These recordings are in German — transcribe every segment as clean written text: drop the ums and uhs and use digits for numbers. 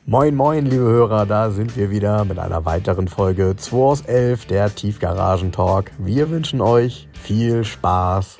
Moin moin liebe Hörer, da sind wir wieder mit einer weiteren Folge 2 aus 11, der Tiefgaragen-Talk. Wir wünschen euch viel Spaß.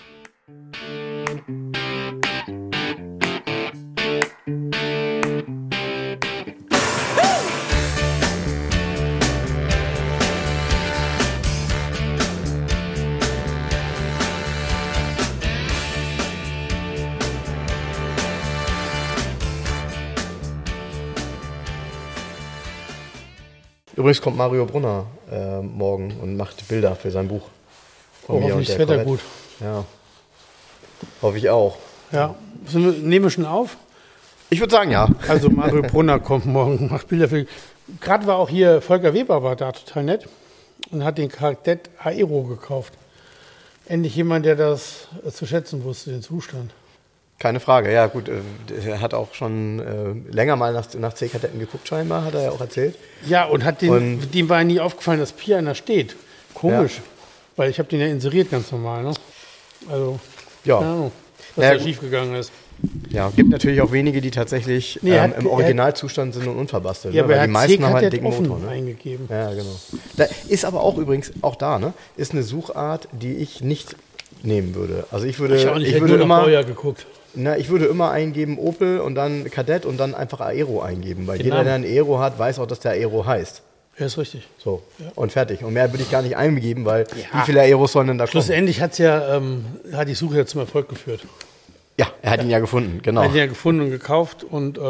Übrigens kommt Mario Brunner morgen und macht Bilder für sein Buch. Hoffentlich ist das Wetter gut. Ja, hoffe ich auch. Ja, nehmen wir schon auf? Ich würde sagen, ja. Also Mario Brunner kommt morgen und macht Bilder für... Gerade war auch hier, Volker Weber war da, total nett, und hat den Kadett Aero gekauft. Endlich jemand, der das zu schätzen wusste, den Zustand. Keine Frage, ja gut, er hat auch schon länger mal nach C-Kadetten geguckt scheinbar, hat er ja auch erzählt. Ja, und dem war ja nie aufgefallen, dass hier einer steht. Komisch, ja. Weil ich habe den ja inseriert ganz normal, ne? Also, ja. Keine Ahnung, was da schief gegangen ist. Ja, gibt natürlich auch wenige, die tatsächlich im Originalzustand sind und unverbastelt. Ja, ne? aber die meisten haben halt einen dicken offen Motor. Ne? eingegeben. Ja, genau. Da ist aber auch übrigens, auch da, ne, ist eine Suchart, die ich nicht nehmen würde. Also ich würde immer Baujahr geguckt. Ich würde immer eingeben Opel und dann Kadett und dann einfach Aero eingeben, weil jeder, der ein Aero hat, weiß auch, dass der Aero heißt. Ja, ist richtig. So, ja. Und fertig. Und mehr würde ich gar nicht eingeben, weil wie viele Aeros sollen denn da kommen? Schlussendlich hat die Suche ja zum Erfolg geführt. Ja, er hat ihn ja gefunden, genau. Er hat ihn ja gefunden und gekauft und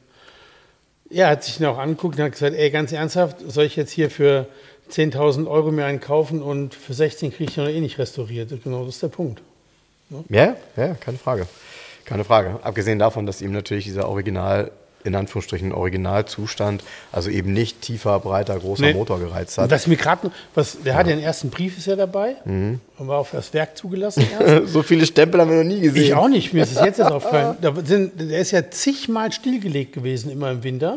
hat sich ihn auch angeguckt und hat gesagt, ey, ganz ernsthaft, soll ich jetzt hier für 10.000 Euro mir einen kaufen und für 16 kriege ich ihn noch eh nicht restauriert. Genau, das ist der Punkt. Ja, keine Frage. Keine Frage. Abgesehen davon, dass ihm natürlich dieser in Anführungsstrichen Originalzustand, also eben nicht tiefer, breiter, großer Motor gereizt hat. Was mir gerade, der hat ja den ersten Brief ist ja dabei und war auf das Werk zugelassen erst. So viele Stempel haben wir noch nie gesehen. Ich auch nicht, mir ist es jetzt erst aufgefallen. Der ist ja zigmal stillgelegt gewesen, immer im Winter.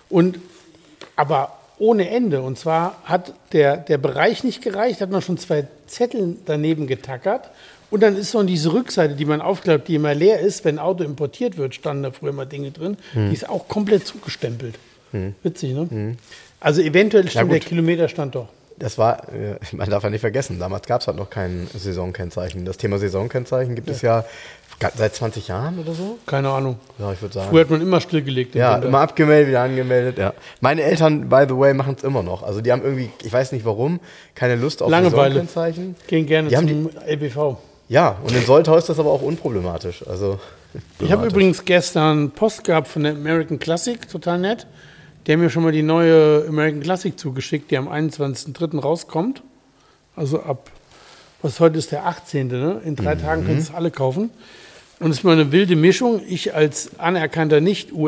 Aber ohne Ende. Und zwar hat der Bereich nicht gereicht, hat man schon 2 Zettel daneben getackert. Und dann ist so diese Rückseite, die man aufklappt, die immer leer ist, wenn ein Auto importiert wird, standen da früher mal Dinge drin, die ist auch komplett zugestempelt. Witzig, ne? Also eventuell stimmt der Kilometerstand doch. Das war, man darf ja nicht vergessen, damals gab es halt noch kein Saisonkennzeichen. Das Thema Saisonkennzeichen gibt es ja seit 20 Jahren oder so? Keine Ahnung. Ja, ich würde sagen. Früher hat man immer stillgelegt. Ja, immer abgemeldet, wieder angemeldet. Ja. Meine Eltern, by the way, machen es immer noch. Also die haben irgendwie, ich weiß nicht warum, keine Lust auf Saisonkennzeichen. Gehen gerne zum LBV. Ja, und in Soltau ist das aber auch unproblematisch. Also, ich habe übrigens gestern Post gehabt von der American Classic, total nett. Die haben mir schon mal die neue American Classic zugeschickt, die am 21.03. rauskommt. Also heute ist der 18., ne? In 3 Tagen können es alle kaufen. Und es ist mal eine wilde Mischung. Ich als anerkannter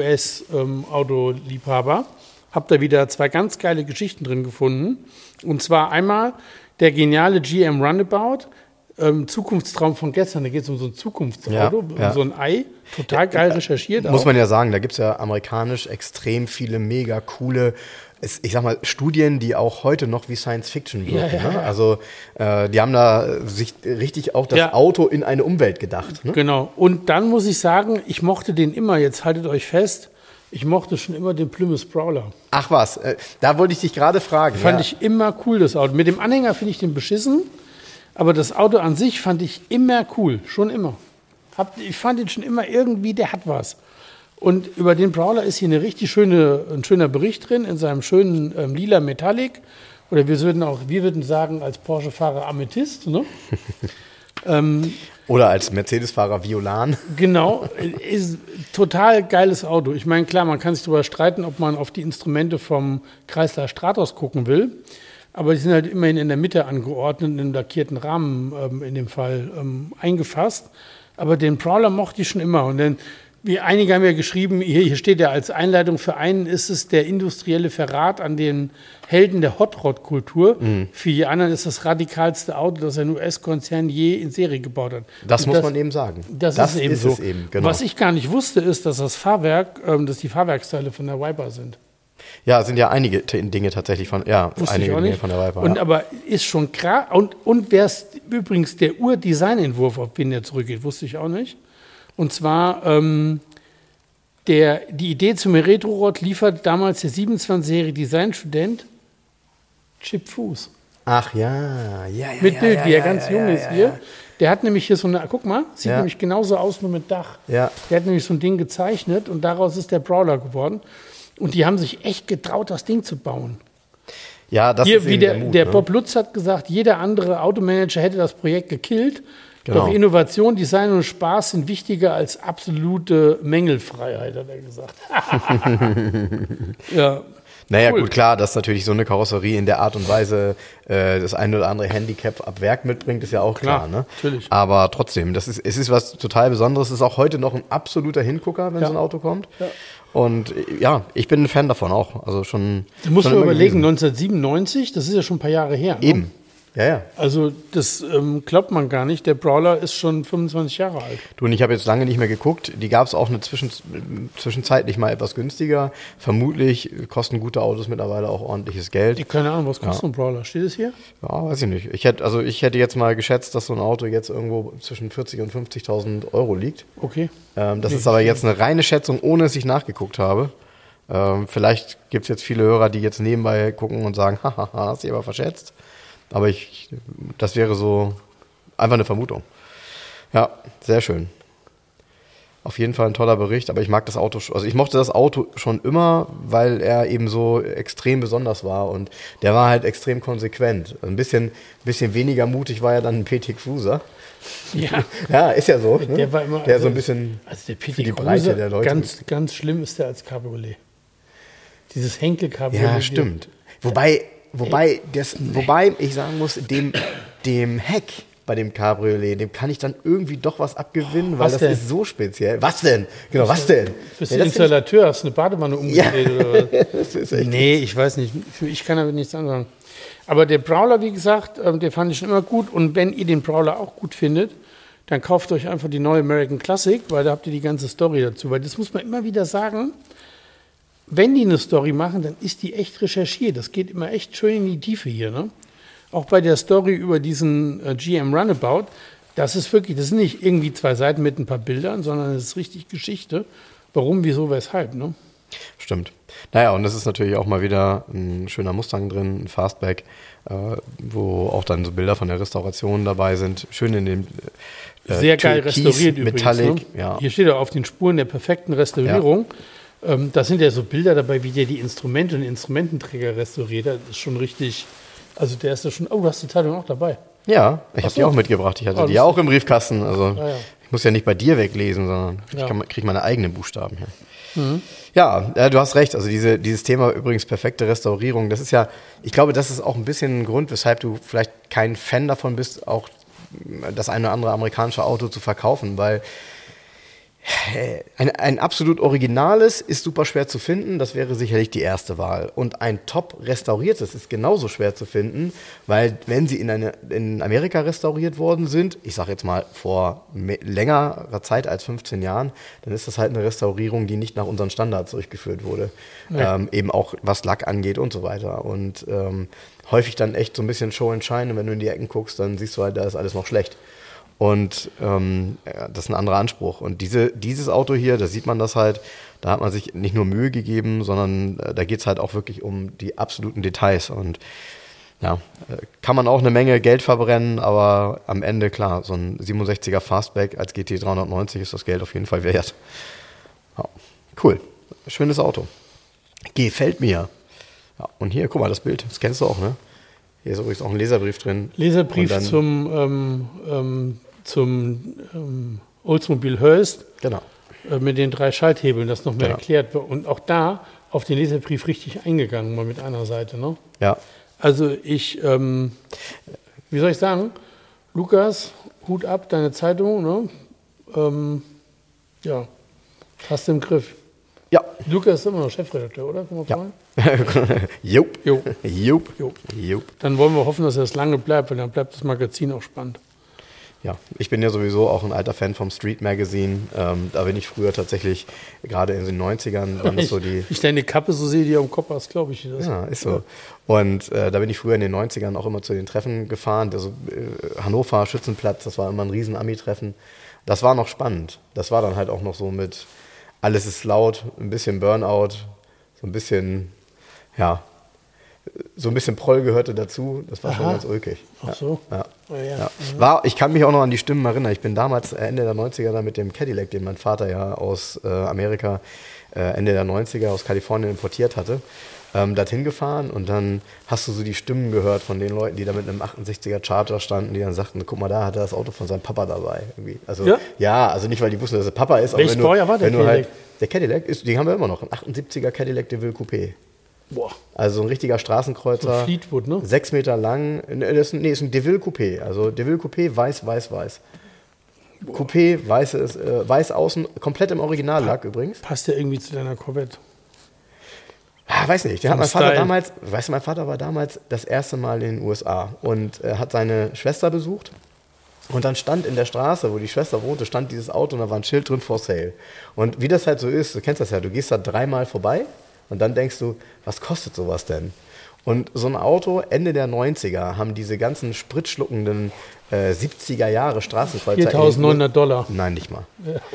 Nicht-US-Autoliebhaber habe da wieder 2 ganz geile Geschichten drin gefunden. Und zwar einmal der geniale GM Runabout, Zukunftstraum von gestern, da geht es um so ein Zukunftsauto, so ein Ei, total geil recherchiert. Muss man ja sagen, da gibt es ja amerikanisch extrem viele mega coole, ich sag mal, Studien, die auch heute noch wie Science Fiction wirken. Ja. Ne? Also die haben da sich richtig auch das Auto in eine Umwelt gedacht. Ne? Genau, und dann muss ich sagen, ich mochte den immer, jetzt haltet euch fest, ich mochte schon immer den Plymouth Prowler. Ach was, da wollte ich dich gerade fragen. Fand ich immer cool, das Auto. Mit dem Anhänger finde ich den beschissen. Aber das Auto an sich fand ich immer cool, schon immer. Ich fand ihn schon immer irgendwie, der hat was. Und über den Prowler ist hier ein schöner Bericht drin, in seinem schönen lila Metallic. Oder wir würden sagen, als Porsche-Fahrer Amethyst. Ne? Oder als Mercedes-Fahrer Violan. Genau, ist total geiles Auto. Ich meine, klar, man kann sich darüber streiten, ob man auf die Instrumente vom Chrysler Stratos gucken will. Aber die sind halt immerhin in der Mitte angeordnet, in einem lackierten Rahmen in dem Fall eingefasst. Aber den Prowler mochte ich schon immer. Und dann, einige haben ja geschrieben, hier steht ja als Einleitung, für einen ist es der industrielle Verrat an den Helden der Hot-Rod-Kultur. Für die anderen ist das radikalste Auto, das ein US-Konzern je in Serie gebaut hat. Das muss man eben sagen. Das ist eben so. Es eben, genau. Was ich gar nicht wusste, ist, dass das Fahrwerk, dass die Fahrwerksteile von der Viper sind. Ja, sind ja einige Dinge tatsächlich von der Viper. Und aber ist schon krass. Und wer ist übrigens der Urdesignentwurf, auf den der zurückgeht, wusste ich auch nicht. Und zwar Die Idee zum Retro-Rod liefert damals der 27-jährige Designstudent Chip Fuß. Ach ja. Mit Bild, wie er ganz jung ist hier. Der hat nämlich hier so eine, guck mal, sieht nämlich genauso aus, nur mit Dach. Ja. Der hat nämlich so ein Ding gezeichnet und daraus ist der Brawler geworden. Und die haben sich echt getraut, das Ding zu bauen. Ja, das Hier, ist wie eben der Mut, der ne? Bob Lutz hat gesagt, jeder andere Automanager hätte das Projekt gekillt. Genau. Doch Innovation, Design und Spaß sind wichtiger als absolute Mängelfreiheit, hat er gesagt. Ja. Naja, Cool. gut, klar, dass natürlich so eine Karosserie in der Art und Weise das ein oder andere Handicap ab Werk mitbringt, ist ja auch klar. Ne? Natürlich. Aber trotzdem, es ist was total Besonderes. Es ist auch heute noch ein absoluter Hingucker, wenn so ein Auto kommt. Ja. Und ja, ich bin ein Fan davon auch. Also schon. Du musst schon mal immer überlegen, gewesen. 1997, das ist ja schon ein paar Jahre her. Ne? Eben. Ja. Also das glaubt man gar nicht. Der Brawler ist schon 25 Jahre alt. Du, und ich habe jetzt lange nicht mehr geguckt. Die gab es auch zwischenzeitlich mal etwas günstiger. Vermutlich kosten gute Autos mittlerweile auch ordentliches Geld. Keine Ahnung, was kostet so ein Brawler? Steht es hier? Ja, weiß ich nicht. Ich hätte jetzt mal geschätzt, dass so ein Auto jetzt irgendwo zwischen 40.000 und 50.000 Euro liegt. Okay. Das ist aber jetzt eine reine Schätzung, ohne dass ich nachgeguckt habe. Vielleicht gibt es jetzt viele Hörer, die jetzt nebenbei gucken und sagen, haha, hast dich aber verschätzt. Aber das wäre so einfach eine Vermutung. Ja, sehr schön. Auf jeden Fall ein toller Bericht, aber ich mag das Auto, also ich mochte das Auto schon immer, weil er eben so extrem besonders war und der war halt extrem konsequent. Ein bisschen weniger mutig war ja dann ein PT Cruiser. Ja. Ja, ist ja so. Ne? Der war immer, der so ein bisschen also der für PT die Breite Cruiser, der Leute. ganz schlimm ist der als Cabriolet. Dieses Henkel-Cabriolet. Ja, stimmt. Wobei ich sagen muss, dem Heck bei dem Cabriolet, dem kann ich dann irgendwie doch was abgewinnen, weil das ist so speziell. Was denn? Genau, was denn? Bist du Installateur? Hast du eine Badewanne umgedreht oder was? Das ist echt Nee, ich weiß nicht. Ich kann damit nichts anfangen. Aber der Brawler, wie gesagt, der fand ich schon immer gut. Und wenn ihr den Brawler auch gut findet, dann kauft euch einfach die neue American Classic, weil da habt ihr die ganze Story dazu. Weil das muss man immer wieder sagen, wenn die eine Story machen, dann ist die echt recherchiert. Das geht immer echt schön in die Tiefe hier. Ne? Auch bei der Story über diesen GM Runabout, das ist wirklich, das sind nicht irgendwie 2 Seiten mit ein paar Bildern, sondern es ist richtig Geschichte. Warum, wieso, weshalb. Ne? Stimmt. Naja, und das ist natürlich auch mal wieder ein schöner Mustang drin, ein Fastback, wo auch dann so Bilder von der Restauration dabei sind. Schön in dem sehr geil restauriert übrigens. Metallic, Ne? ja. Hier steht er auf den Spuren der perfekten Restaurierung. Ja. Da sind ja so Bilder dabei, wie der die Instrumente und Instrumententräger restauriert hat. Das ist schon richtig, also der ist da schon, oh, du hast die Zeitung auch dabei. Ja, ich habe die auch mitgebracht. Ich hatte die ja auch im Briefkasten. Also ich muss ja nicht bei dir weglesen, sondern ich kriege meine eigenen Buchstaben hier. Mhm. Ja, du hast recht. Also dieses Thema übrigens perfekte Restaurierung, das ist ja, ich glaube, das ist auch ein bisschen ein Grund, weshalb du vielleicht kein Fan davon bist, auch das eine oder andere amerikanische Auto zu verkaufen, weil ein absolut originales ist super schwer zu finden, das wäre sicherlich die erste Wahl. Und ein top restauriertes ist genauso schwer zu finden, weil wenn sie in Amerika restauriert worden sind, ich sage jetzt mal vor längerer Zeit als 15 Jahren, dann ist das halt eine Restaurierung, die nicht nach unseren Standards durchgeführt wurde. Ja. Eben auch was Lack angeht und so weiter. Und häufig dann echt so ein bisschen Show and Shine und wenn du in die Ecken guckst, dann siehst du halt, da ist alles noch schlecht. Und das ist ein anderer Anspruch. Und dieses Auto hier, da sieht man das halt, da hat man sich nicht nur Mühe gegeben, sondern da geht es halt auch wirklich um die absoluten Details. Und ja, kann man auch eine Menge Geld verbrennen, aber am Ende, klar, so ein 67er Fastback als GT 390 ist das Geld auf jeden Fall wert. Ja, cool, schönes Auto. Gefällt mir. Ja, und hier, guck mal, das Bild, das kennst du auch, ne? Hier ist übrigens auch ein Leserbrief drin. Leserbrief zum Oldsmobile Hearst. Genau. Mit den 3 Schalthebeln, das noch mehr genau. erklärt wird. Und auch da auf den Leserbrief richtig eingegangen, mal mit einer Seite. Ne? Ja. Also wie soll ich sagen, Lukas, Hut ab, deine Zeitung, ne? Ja, hast du im Griff. Ja. Lukas ist immer noch Chefredakteur, oder? Kann man fragen? Jupp. Jo. Jupp. Jo. Jupp. Dann wollen wir hoffen, dass das lange bleibt, weil dann bleibt das Magazin auch spannend. Ja, ich bin ja sowieso auch ein alter Fan vom Street Magazine. Da bin ich früher tatsächlich, gerade in den 90ern, waren das so die... Ich deine Kappe so sehe, die am Kopf hast, glaube ich. Das. Ja, ist so. Und da bin ich früher in den 90ern auch immer zu den Treffen gefahren. Also Hannover, Schützenplatz, das war immer ein riesen Ami-Treffen. Das war noch spannend. Das war dann halt auch noch so mit Alles ist laut, ein bisschen Burnout, so ein bisschen, ja, so ein bisschen Proll gehörte dazu. Das war schon ganz ulkig. Ach so. Ja. Oh, ja. Ja. Ich kann mich auch noch an die Stimmen erinnern. Ich bin damals Ende der 90er da mit dem Cadillac, den mein Vater ja aus Amerika Ende der 90er aus Kalifornien importiert hatte, dorthin gefahren und dann hast du so die Stimmen gehört von den Leuten, die da mit einem 68er Charger standen, die dann sagten, guck mal, da hat er das Auto von seinem Papa dabei. Irgendwie. Also, also nicht, weil die wussten, dass er Papa ist, aber welches Baujahr war der Cadillac? Der Cadillac, den haben wir immer noch, ein 78er Cadillac DeVille Coupé. Boah. Also ein richtiger Straßenkreuzer. So Fleetwood, ne? 6 Meter lang. Ist ein DeVille Coupé. Also DeVille Coupé, weiß. Coupé, weiß außen, komplett im Originallack übrigens. Passt der irgendwie zu deiner Corvette? Weiß nicht. Mein Vater war damals das erste Mal in den USA und hat seine Schwester besucht. Und dann stand in der Straße, wo die Schwester wohnte, stand dieses Auto und da war ein Schild drin, for sale. Und wie das halt so ist, du kennst das ja, du gehst da 3-mal vorbei und dann denkst du, was kostet sowas denn? Und so ein Auto, Ende der 90er, haben diese ganzen spritschluckenden 70er Jahre Straßenkreuzer. $4.900. Nein, nicht mal.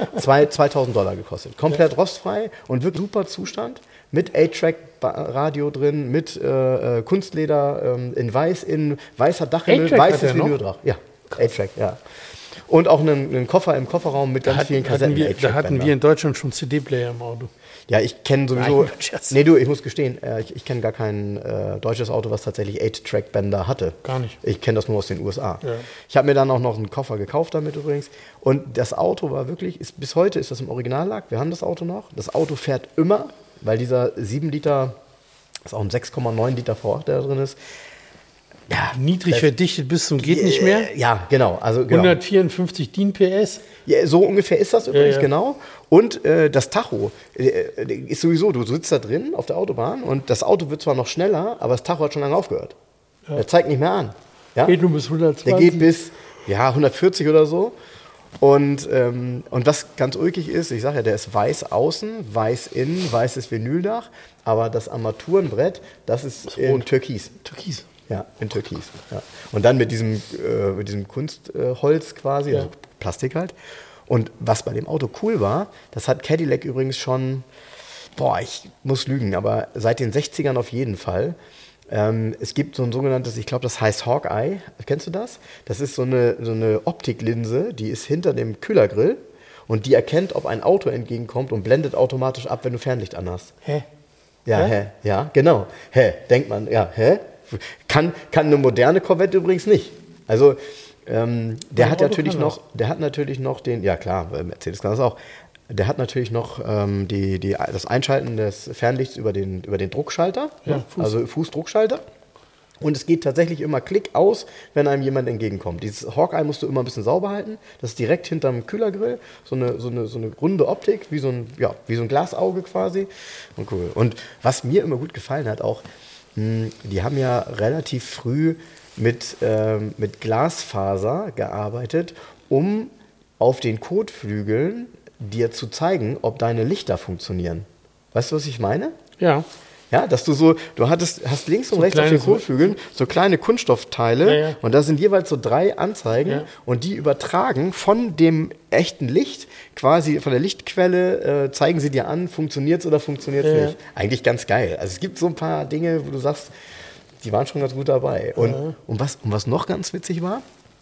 $2.000 gekostet. Komplett rostfrei und wirklich super Zustand. Mit 8-Track-Radio drin, mit Kunstleder in weißer Dachhimmel, weißes Vinyldrach. Ja, 8-Track, ja. Und auch einen Koffer im Kofferraum mit ganz vielen Kassetten. Da hatten wir in Deutschland schon CD-Player im Auto. Ja, ich kenne sowieso. Ich muss gestehen, ich kenne gar kein deutsches Auto, was tatsächlich 8-Track-Bänder hatte. Gar nicht. Ich kenne das nur aus den USA. Ja. Ich habe mir dann auch noch einen Koffer gekauft damit übrigens. Und das Auto war wirklich, bis heute ist das im Originallack. Wir haben das Auto noch. Das Auto fährt immer, weil dieser 7 Liter, das ist auch ein 6,9 Liter V8, der da drin ist. Ja, niedrig verdichtet bis zum geht nicht mehr. Ja, genau. 154 DIN PS. Ja, so ungefähr ist das übrigens, genau. Und das Tacho ist sowieso, du sitzt da drin auf der Autobahn und das Auto wird zwar noch schneller, aber das Tacho hat schon lange aufgehört. Ja. Der zeigt nicht mehr an. Ja? Geht nur bis 120. Der geht bis 140 oder so. Und was ganz ulkig ist, ich sage ja, der ist weiß außen, weiß innen, weißes Vinyldach, aber das Armaturenbrett, das ist in Türkis. Türkis. Ja, in Türkis. Ja. Und dann mit diesem Kunstholz quasi, also Plastik halt. Und was bei dem Auto cool war, das hat Cadillac übrigens schon, ich muss lügen, aber seit den 60ern auf jeden Fall. Es gibt so ein sogenanntes, ich glaube, das heißt Hawkeye. Kennst du das? Das ist so eine Optiklinse, die ist hinter dem Kühlergrill und die erkennt, ob ein Auto entgegenkommt und blendet automatisch ab, wenn du Fernlicht anhast. Hä? Ja, hä? Ja, genau. Denkt man, ja, Kann eine moderne Corvette übrigens nicht. Also der hat natürlich noch den, ja klar, Mercedes kann das auch, der hat natürlich noch das Einschalten des Fernlichts über den Druckschalter, also Fußdruckschalter. Und es geht tatsächlich immer Klick aus, wenn einem jemand entgegenkommt. Dieses Hawkeye musst du immer ein bisschen sauber halten. Das ist direkt hinterm Kühlergrill. So eine runde Optik, wie so ein Glasauge quasi. Und cool. Und was mir immer gut gefallen hat auch, die haben ja relativ früh mit Glasfaser gearbeitet, um auf den Kotflügeln dir zu zeigen, ob deine Lichter funktionieren. Weißt du, was ich meine? Ja. Ja, dass du hast links und rechts auf den Kotflügeln so kleine Kunststoffteile und da sind jeweils so 3 Anzeigen und die übertragen von dem echten Licht, quasi von der Lichtquelle, zeigen sie dir an, funktioniert es oder funktioniert es nicht. Eigentlich ganz geil. Also es gibt so ein paar Dinge, wo du sagst, die waren schon ganz gut dabei. Und was noch ganz witzig war,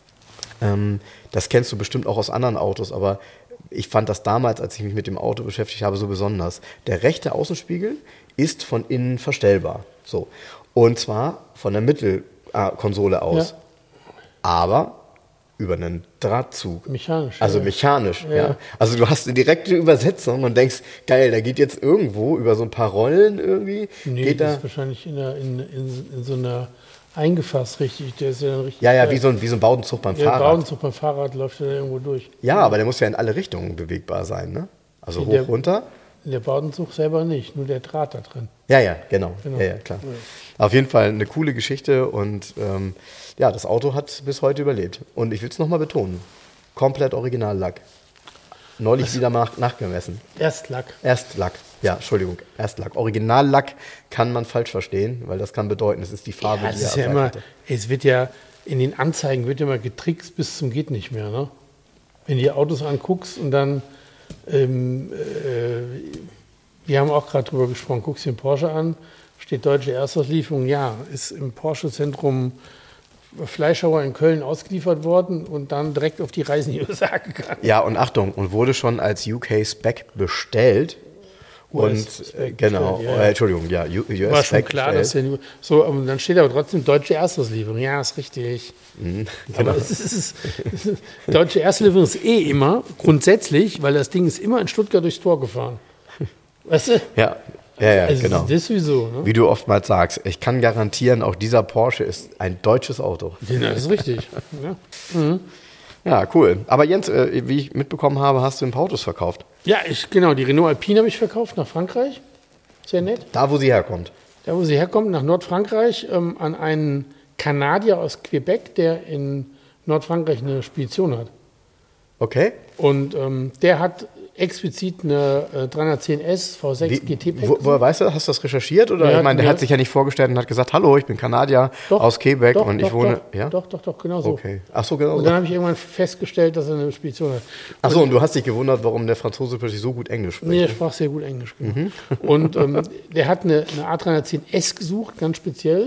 das kennst du bestimmt auch aus anderen Autos, aber ich fand das damals, als ich mich mit dem Auto beschäftigt habe, so besonders. Der rechte Außenspiegel ist von innen verstellbar. So. Und zwar von der Mittelkonsole aus. Ja. Aber über einen Drahtzug. Mechanisch. Also mechanisch, ja. Also du hast eine direkte Übersetzung und denkst, geil, da geht jetzt irgendwo über so ein paar Rollen irgendwie. Nee, das ist wahrscheinlich in so einer eingefasst, richtig. Der ist ja dann richtig. Ja, wie so ein Bowdenzug beim Fahrrad. Der Bowdenzug beim Fahrrad läuft ja irgendwo durch. Ja, aber der muss ja in alle Richtungen bewegbar sein, ne? Also hoch, runter. Der Bowdenzug selber nicht, nur der Draht da drin. Ja, genau. Ja, klar. Ja. Auf jeden Fall eine coole Geschichte und das Auto hat bis heute überlebt. Und ich will es nochmal betonen, komplett Originallack. Neulich wieder nachgemessen. Erstlack. Ja, Entschuldigung, Erstlack. Originallack kann man falsch verstehen, weil das kann bedeuten, es ist die Farbe, die ist ja immer, es wird ja, in den Anzeigen wird ja immer getrickst bis zum geht nicht mehr, ne? Wenn du die Autos anguckst und dann Wir haben auch gerade drüber gesprochen, guckst dir den Porsche an, steht deutsche Erstauslieferung, ja, ist im Porsche-Zentrum Fleischhauer in Köln ausgeliefert worden und dann direkt auf die Reise in die USA gegangen. Ja, und Achtung, und wurde schon als UK-Spec bestellt. US-Spec genau, bestellt, ja. Entschuldigung, ja, US-Spec War schon klar, dass der so, und dann steht aber trotzdem deutsche Erstauslieferung. Ja, ist richtig. Genau. Aber deutsche Erstauslieferung ist immer grundsätzlich, weil das Ding ist immer in Stuttgart durchs Tor gefahren. Weißt du? Ja, Also genau. das ist sowieso. Ne? Wie du oftmals sagst, ich kann garantieren, auch dieser Porsche ist ein deutsches Auto. Ja, das ist richtig. Ja. Ja, cool. Aber Jens, wie ich mitbekommen habe, hast du ein paar Autos verkauft. Ja, genau, die Renault Alpine habe ich verkauft nach Frankreich. Sehr nett. Da, wo sie herkommt. Da, wo sie herkommt, nach Nordfrankreich, an einen Kanadier aus Quebec, der in Nordfrankreich eine Spedition hat. Okay. Und der hat explizit eine 310S V6 GT-Pack. Woher weißt du, hast du das recherchiert? Oder Ja, ich meine, der ja. hat sich ja nicht vorgestellt und hat gesagt, hallo, ich bin Kanadier aus Quebec und ich wohne. Doch, Ja? doch, genau so. Okay. Ach so, genau. Und dann habe ich irgendwann festgestellt, dass er eine Spedition hat. Ach so, und du hast dich gewundert, warum der Franzose plötzlich so gut Englisch spricht. Nee, er sprach sehr gut Englisch. Genau. Und der hat eine A310S gesucht, ganz speziell.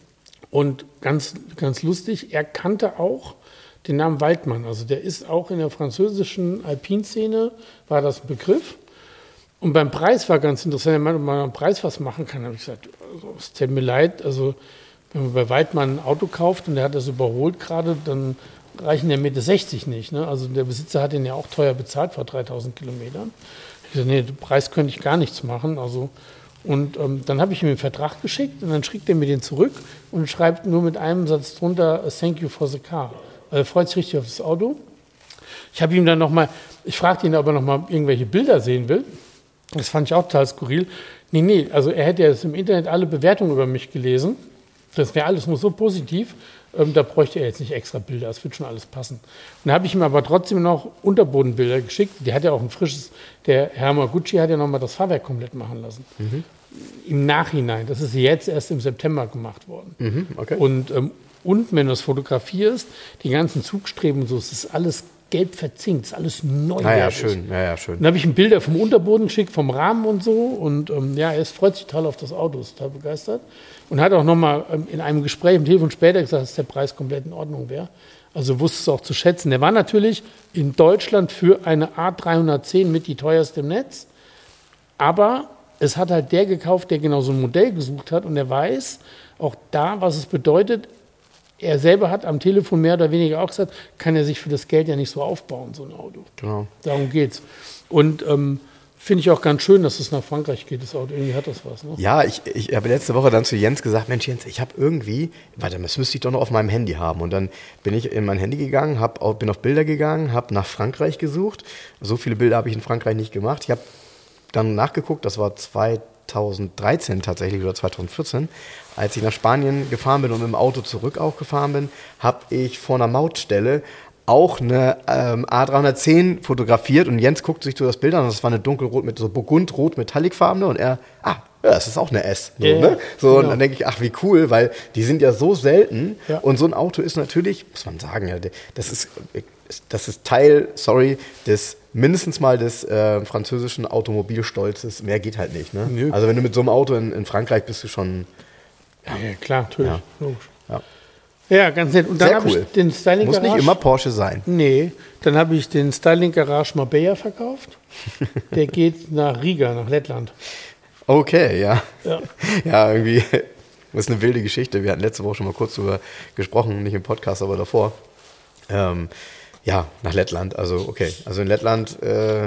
Und ganz, ganz lustig, er kannte auch den Namen Waldmann. Also der ist auch in der französischen Alpinszene, war das ein Begriff. Und beim Preis war ganz interessant, er meinte, ob man am Preis was machen kann. Da habe ich gesagt, also, es tut mir leid, also wenn man bei Waldmann ein Auto kauft und der hat das überholt gerade, dann reichen der Meter 60 nicht. Ne? Also der Besitzer hat den ja auch teuer bezahlt vor 3000 Kilometern. Ich gesagt, nee, den Preis könnte ich gar nichts machen. Also, und dann habe ich ihm den Vertrag geschickt und dann schickt er mir den zurück und schreibt nur mit einem Satz drunter, thank you for the car. Er freut sich richtig auf das Auto. Ich habe ihm dann nochmal, ich fragte ihn, ob er nochmal irgendwelche Bilder sehen will. Das fand ich auch total skurril. Nee, also er hätte jetzt im Internet alle Bewertungen über mich gelesen. Das wäre alles nur so positiv, da bräuchte er jetzt nicht extra Bilder, das wird schon alles passen. Und da habe ich ihm aber trotzdem noch Unterbodenbilder geschickt. Die hat ja auch ein frisches, der Herr Yamaguchi hat ja nochmal das Fahrwerk komplett machen lassen. Im Nachhinein, das ist jetzt erst im September gemacht worden. Okay. Und wenn du es fotografierst, die ganzen Zugstreben und so, es ist alles gelb verzinkt, es ist alles neuwertig. Naja, schön. Ja, schön. Dann habe ich ihm Bilder vom Unterboden geschickt, vom Rahmen und so. Und er freut sich total auf das Auto, ist total begeistert. Und hat auch nochmal in einem Gespräch am Telefon später gesagt, dass der Preis komplett in Ordnung wäre. Also wusste es auch zu schätzen. Der war natürlich in Deutschland für eine A310 mit die teuerste im Netz. Aber es hat halt der gekauft, der genau so ein Modell gesucht hat. Und er weiß auch da, was es bedeutet. Er selber hat am Telefon mehr oder weniger auch gesagt, kann er sich für das Geld ja nicht so aufbauen, so ein Auto. Genau. Darum geht's. Und finde ich auch ganz schön, dass es nach Frankreich geht, das Auto. Irgendwie hat das was. Ne? Ja, ich habe letzte Woche dann zu Jens gesagt, Mensch Jens, ich habe irgendwie, warte, das müsste ich doch noch auf meinem Handy haben. Und dann bin ich in mein Handy gegangen, bin auf Bilder gegangen, habe nach Frankreich gesucht. So viele Bilder habe ich in Frankreich nicht gemacht. Ich habe dann nachgeguckt, das war 2013 tatsächlich oder 2014, als ich nach Spanien gefahren bin und mit dem Auto zurück auch gefahren bin, habe ich vor einer Mautstelle auch eine A310 fotografiert und Jens guckt sich so das Bild an und das war eine dunkelrot mit so burgundrot metallicfarbene und er, das ist auch eine S. So, Ja, ne? So genau. Und dann denke ich, ach wie cool, weil die sind ja so selten Ja. und so ein Auto ist natürlich, muss man sagen, ja, das ist Teil, des mindestens mal des französischen Automobilstolzes. Mehr geht halt nicht. Ne? Nö. Also wenn du mit so einem Auto in Frankreich bist du schon. Ja, klar, natürlich. Ja. Logisch. Ja. Ja, ganz nett. Und dann Sehr habe cool. ich den Styling Muss Garage. nicht immer Porsche sein. Nee, dann habe ich den Styling Garage Marbella verkauft. Der geht nach Riga, nach Lettland. Okay, ja. Ja. Ja, irgendwie. Das ist eine wilde Geschichte. Wir hatten letzte Woche schon mal kurz drüber gesprochen, nicht im Podcast, aber davor. Ja, nach Lettland. Also, okay. Also in Lettland,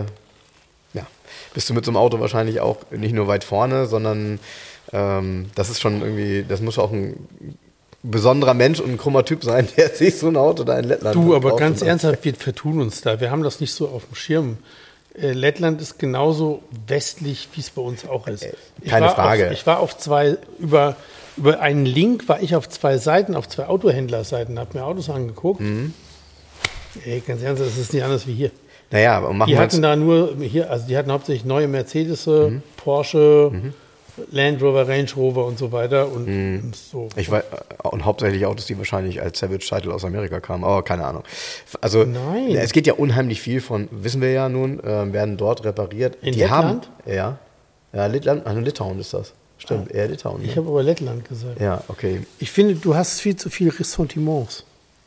bist du mit so einem Auto wahrscheinlich auch nicht nur weit vorne, sondern das ist schon irgendwie, das muss auch ein besonderer Mensch und ein krummer Typ sein, der sich so ein Auto da in Lettland Du, aber kauft ganz und- ernsthaft, wir vertun uns da. Wir haben das nicht so auf dem Schirm. Lettland ist genauso westlich, wie es bei uns auch ist. Keine Frage. Ich war auf über einen Link, war ich auf 2 Seiten, auf 2 Autohändlerseiten, habe mir Autos angeguckt. Ey, ganz ernsthaft, das ist nicht anders wie hier. Naja, aber machen Die wir hatten da nur, hier, also die hatten hauptsächlich neue Mercedes, Porsche, Land Rover, Range Rover und so weiter. Und so. Ich weiß, und hauptsächlich Autos, die wahrscheinlich als Savage Title aus Amerika kamen, aber keine Ahnung. Also Nein. es geht ja unheimlich viel von, wissen wir ja nun, werden dort repariert. In die Lettland? Ja, Litauen ist das. Stimmt, eher Litauen. Ich habe aber Lettland gesagt. Ja, okay. Ich finde, du hast viel zu viel Ressentiments.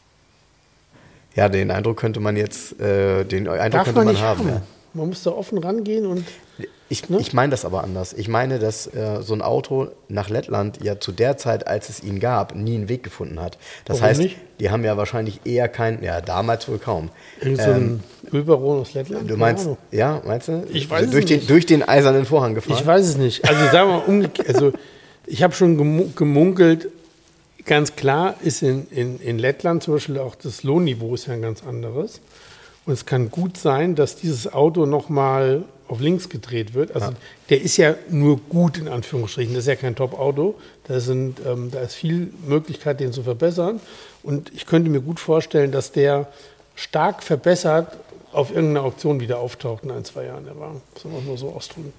Ja, den Eindruck könnte man jetzt, Darf man nicht haben. Ja. Man muss da offen rangehen und... Ich meine das aber anders. Ich meine, dass so ein Auto nach Lettland ja zu der Zeit, als es ihn gab, nie einen Weg gefunden hat. Das Warum heißt, nicht? die haben ja wahrscheinlich eher damals wohl kaum. Irgend so ein Ölbaron aus Lettland? Du meinst, Keine Ahnung. ja, meinst du? Ich weiß durch es den, nicht. Durch den eisernen Vorhang gefahren? Ich weiß es nicht. Also sagen wir mal umgekehrt. Also ich habe schon gemunkelt, ganz klar ist in Lettland zum Beispiel auch das Lohnniveau ist ja ein ganz anderes. Und es kann gut sein, dass dieses Auto nochmal auf links gedreht wird. Also der ist ja nur gut in Anführungsstrichen. Das ist ja kein Top-Auto. Da ist viel Möglichkeit, den zu verbessern. Und ich könnte mir gut vorstellen, dass der stark verbessert auf irgendeiner Auktion wieder auftaucht in 1-2 Jahren. Der Wagen. Das soll man nur so ausdrücken.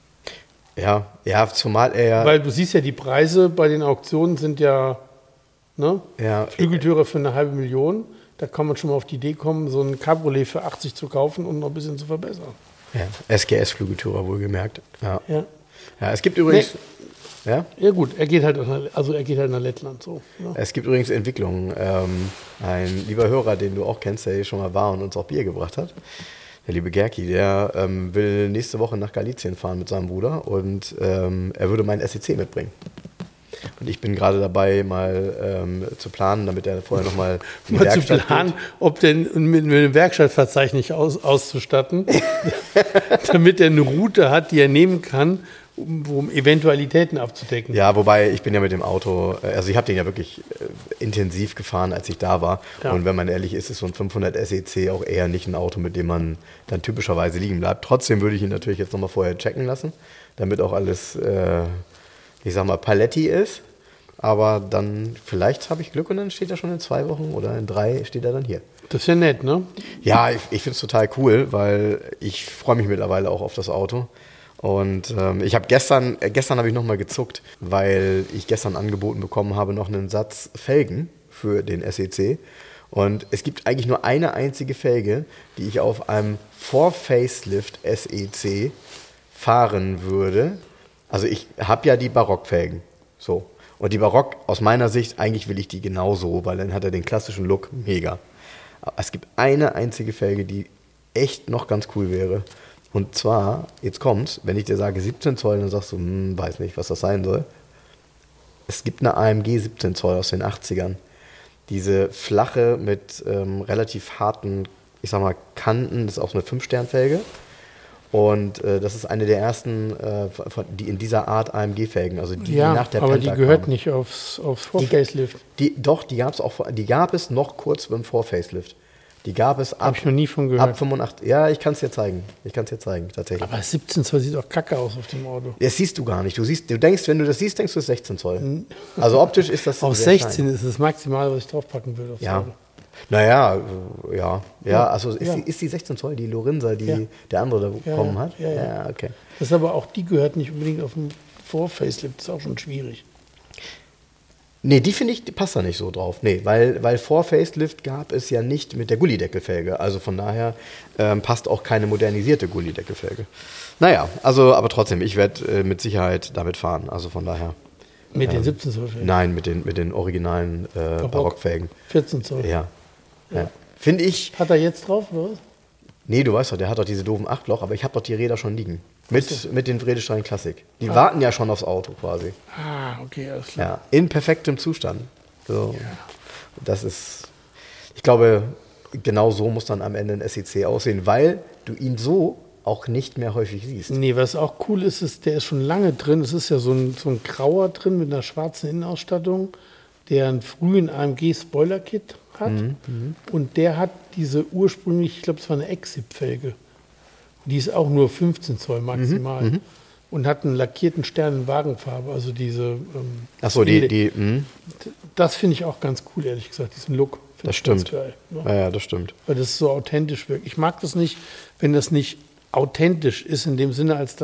Ja, zumal er... Weil du siehst ja, die Preise bei den Auktionen sind ja, ne? Ja, Flügeltüre für 500.000. Da kann man schon mal auf die Idee kommen, so ein Cabriolet für 80 zu kaufen und noch ein bisschen zu verbessern. ja, SGS-Flügeltürer wohlgemerkt. Ja. Ja, Es gibt übrigens... Ja? ja gut, er geht halt nach Lettland so. Ja. Es gibt übrigens Entwicklungen. Ein lieber Hörer, den du auch kennst, der hier schon mal war und uns auch Bier gebracht hat, der liebe Gerki, der will nächste Woche nach Galizien fahren mit seinem Bruder und er würde meinen SEC mitbringen. Und ich bin gerade dabei, mal zu planen, damit er vorher nochmal in die Mal zu Werkstatt planen, geht. ob denn mit einem Werkstattverzeichnis auszustatten, damit er eine Route hat, die er nehmen kann, um Eventualitäten abzudecken. Ja, wobei ich bin ja mit dem Auto, also ich habe den ja wirklich intensiv gefahren, als ich da war. Ja. Und wenn man ehrlich ist, ist so ein 500 SEC auch eher nicht ein Auto, mit dem man dann typischerweise liegen bleibt. Trotzdem würde ich ihn natürlich jetzt nochmal vorher checken lassen, damit auch alles, ich sag mal, paletti ist. Aber dann, vielleicht habe ich Glück und dann steht er schon in 2 Wochen oder in 3 steht er dann hier. Das ist ja nett, ne? Ja, ich finde es total cool, weil ich freue mich mittlerweile auch auf das Auto. Und ich habe gestern habe ich nochmal gezuckt, weil ich gestern angeboten bekommen habe, noch einen Satz Felgen für den SEC. Und es gibt eigentlich nur eine einzige Felge, die ich auf einem Vor-Facelift SEC fahren würde. Also ich habe ja die Barockfelgen. So. Und die Barock, aus meiner Sicht, eigentlich will ich die genauso, weil dann hat er den klassischen Look mega. Aber es gibt eine einzige Felge, die echt noch ganz cool wäre. Und zwar, jetzt kommt's, wenn ich dir sage 17 Zoll, dann sagst du, weiß nicht, was das sein soll. Es gibt eine AMG 17 Zoll aus den 80ern. Diese flache mit relativ harten, ich sag mal, Kanten, das ist auch so eine 5-Stern-Felge. Und das ist eine der ersten, die in dieser Art AMG-Felgen, also die nach der aber Penta die gehört kamen. nicht aufs Vor-Facelift. Die gab es noch kurz beim Vor-Facelift. Die gab es Habe ich noch nie von gehört. ab 85. Ja, ich kann es dir zeigen. Tatsächlich. Aber 17 Zoll sieht doch kacke aus auf dem Auto. Das siehst du gar nicht. Du denkst, wenn du das siehst, denkst du, es ist 16 Zoll. Also optisch ist das Auf sehr 16 ist das Maximal, was ich draufpacken würde. Aufs Ja. Auto. Naja, ja. Also Ja. ist die 16 Zoll, die Lorenza, die Ja. der andere da bekommen hat? Ja. Okay. Das ist aber auch, die gehört nicht unbedingt auf dem Vor-Facelift. Das ist auch schon schwierig. Nee, die finde ich, die passt da nicht so drauf. Nee, weil vor Facelift gab es ja nicht mit der Gullideckelfelge. Also von daher passt auch keine modernisierte Gullideckelfelge. Naja, also aber trotzdem, ich werde mit Sicherheit damit fahren. Also von daher. Mit den 17 Zoll Felgen. Nein, mit den originalen Barockfelgen. 14 Zoll. Ja. Finde ich. Hat er jetzt drauf, oder was? Nee, du weißt doch, der hat doch diese doofen 8-Loch, aber ich habe doch die Räder schon liegen. Mit den Vredestein Classic. Die warten ja schon aufs Auto quasi. Ah, okay, alles klar. Ja, in perfektem Zustand. So. Das ist, ich glaube, genau so muss dann am Ende ein SEC aussehen, weil du ihn so auch nicht mehr häufig siehst. Nee, was auch cool ist, der ist schon lange drin. Es ist ja so ein grauer drin mit einer schwarzen Innenausstattung, der einen frühen AMG-Spoiler-Kit hat. Und der hat diese ursprünglich, ich glaube, es war eine Exip-Felge. Die ist auch nur 15 Zoll maximal. Und hat einen lackierten Stern in Wagenfarbe. Also diese. Achso, Das finde ich auch ganz cool, ehrlich gesagt, diesen Look. Find Das ich ganz stimmt. geil, ne? Ja, das stimmt. Weil das so authentisch wirkt. Ich mag das nicht, wenn das nicht authentisch ist, in dem Sinne, als dass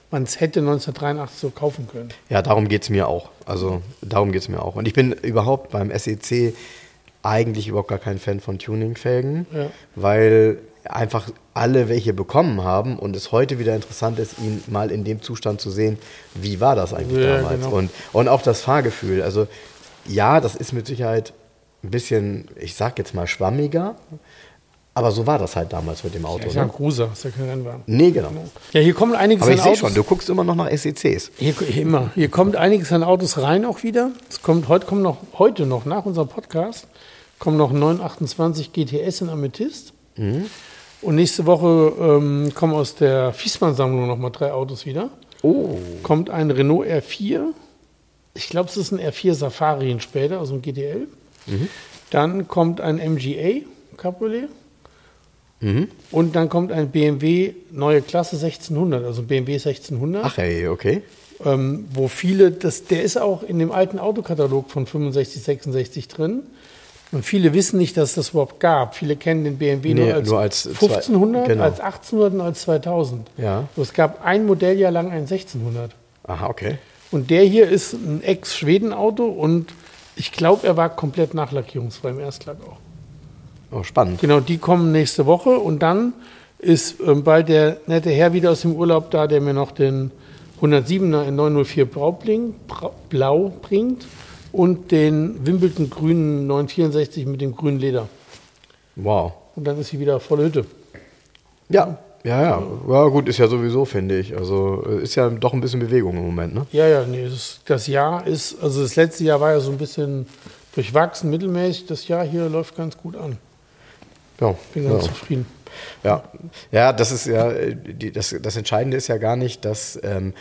man es hätte 1983 so kaufen können. Ja, darum geht es mir auch. Also darum geht es mir auch. Und ich bin überhaupt beim SEC eigentlich überhaupt gar kein Fan von Tuningfelgen, weil einfach alle welche bekommen haben und es heute wieder interessant ist, ihn mal in dem Zustand zu sehen, wie war das eigentlich damals. Genau. Und auch das Fahrgefühl. Also ja, das ist mit Sicherheit ein bisschen, ich sag jetzt mal, schwammiger, aber so war das halt damals mit dem Auto. Ja, ist ja ein Cruiser, ist ja kein Rennwagen. Nee, genau. Ja, hier kommen einiges aber an Autos. Ich sehe schon, du guckst immer noch nach SECs. Hier kommt einiges an Autos rein auch wieder. Heute noch nach unserem Podcast kommen noch 928 GTS in Amethyst. Mhm. Und nächste Woche kommen aus der Fiesmann-Sammlung nochmal 3 Autos wieder. Oh. Kommt ein Renault R4. Ich glaube, es ist ein R4 Safari in später, also ein GTL. Mhm. Dann kommt ein MGA Cabriolet. Mhm. Und dann kommt ein BMW neue Klasse 1600, also ein BMW 1600. Ach ey, okay. Wo viele, der ist auch in dem alten Autokatalog von 65, 66 drin. Und viele wissen nicht, dass es das überhaupt gab. Viele kennen den BMW nur als 1500, genau. Als 1800 und als 2000. Ja. Es gab ein Modelljahr lang ein 1600. Aha, okay. Und der hier ist ein Ex-Schweden-Auto und ich glaube, er war komplett nachlackierungsfrei im Erstlack auch. Oh, spannend. Genau, die kommen nächste Woche und dann ist bald der nette Herr wieder aus dem Urlaub da, der mir noch den 107er in 904 Blau bringt und den Wimbledon grünen 964 mit dem grünen Leder. Wow. Und dann ist sie wieder volle Hütte. Ja, ja, gut, ist ja sowieso, finde ich. Also ist ja doch ein bisschen Bewegung im Moment, ne? Ja, nee, das Jahr ist, also das letzte Jahr war ja so ein bisschen durchwachsen, mittelmäßig. Das Jahr hier läuft ganz gut an. Ja, bin ganz zufrieden. Ja, das ist ja, das Entscheidende ist ja gar nicht, dass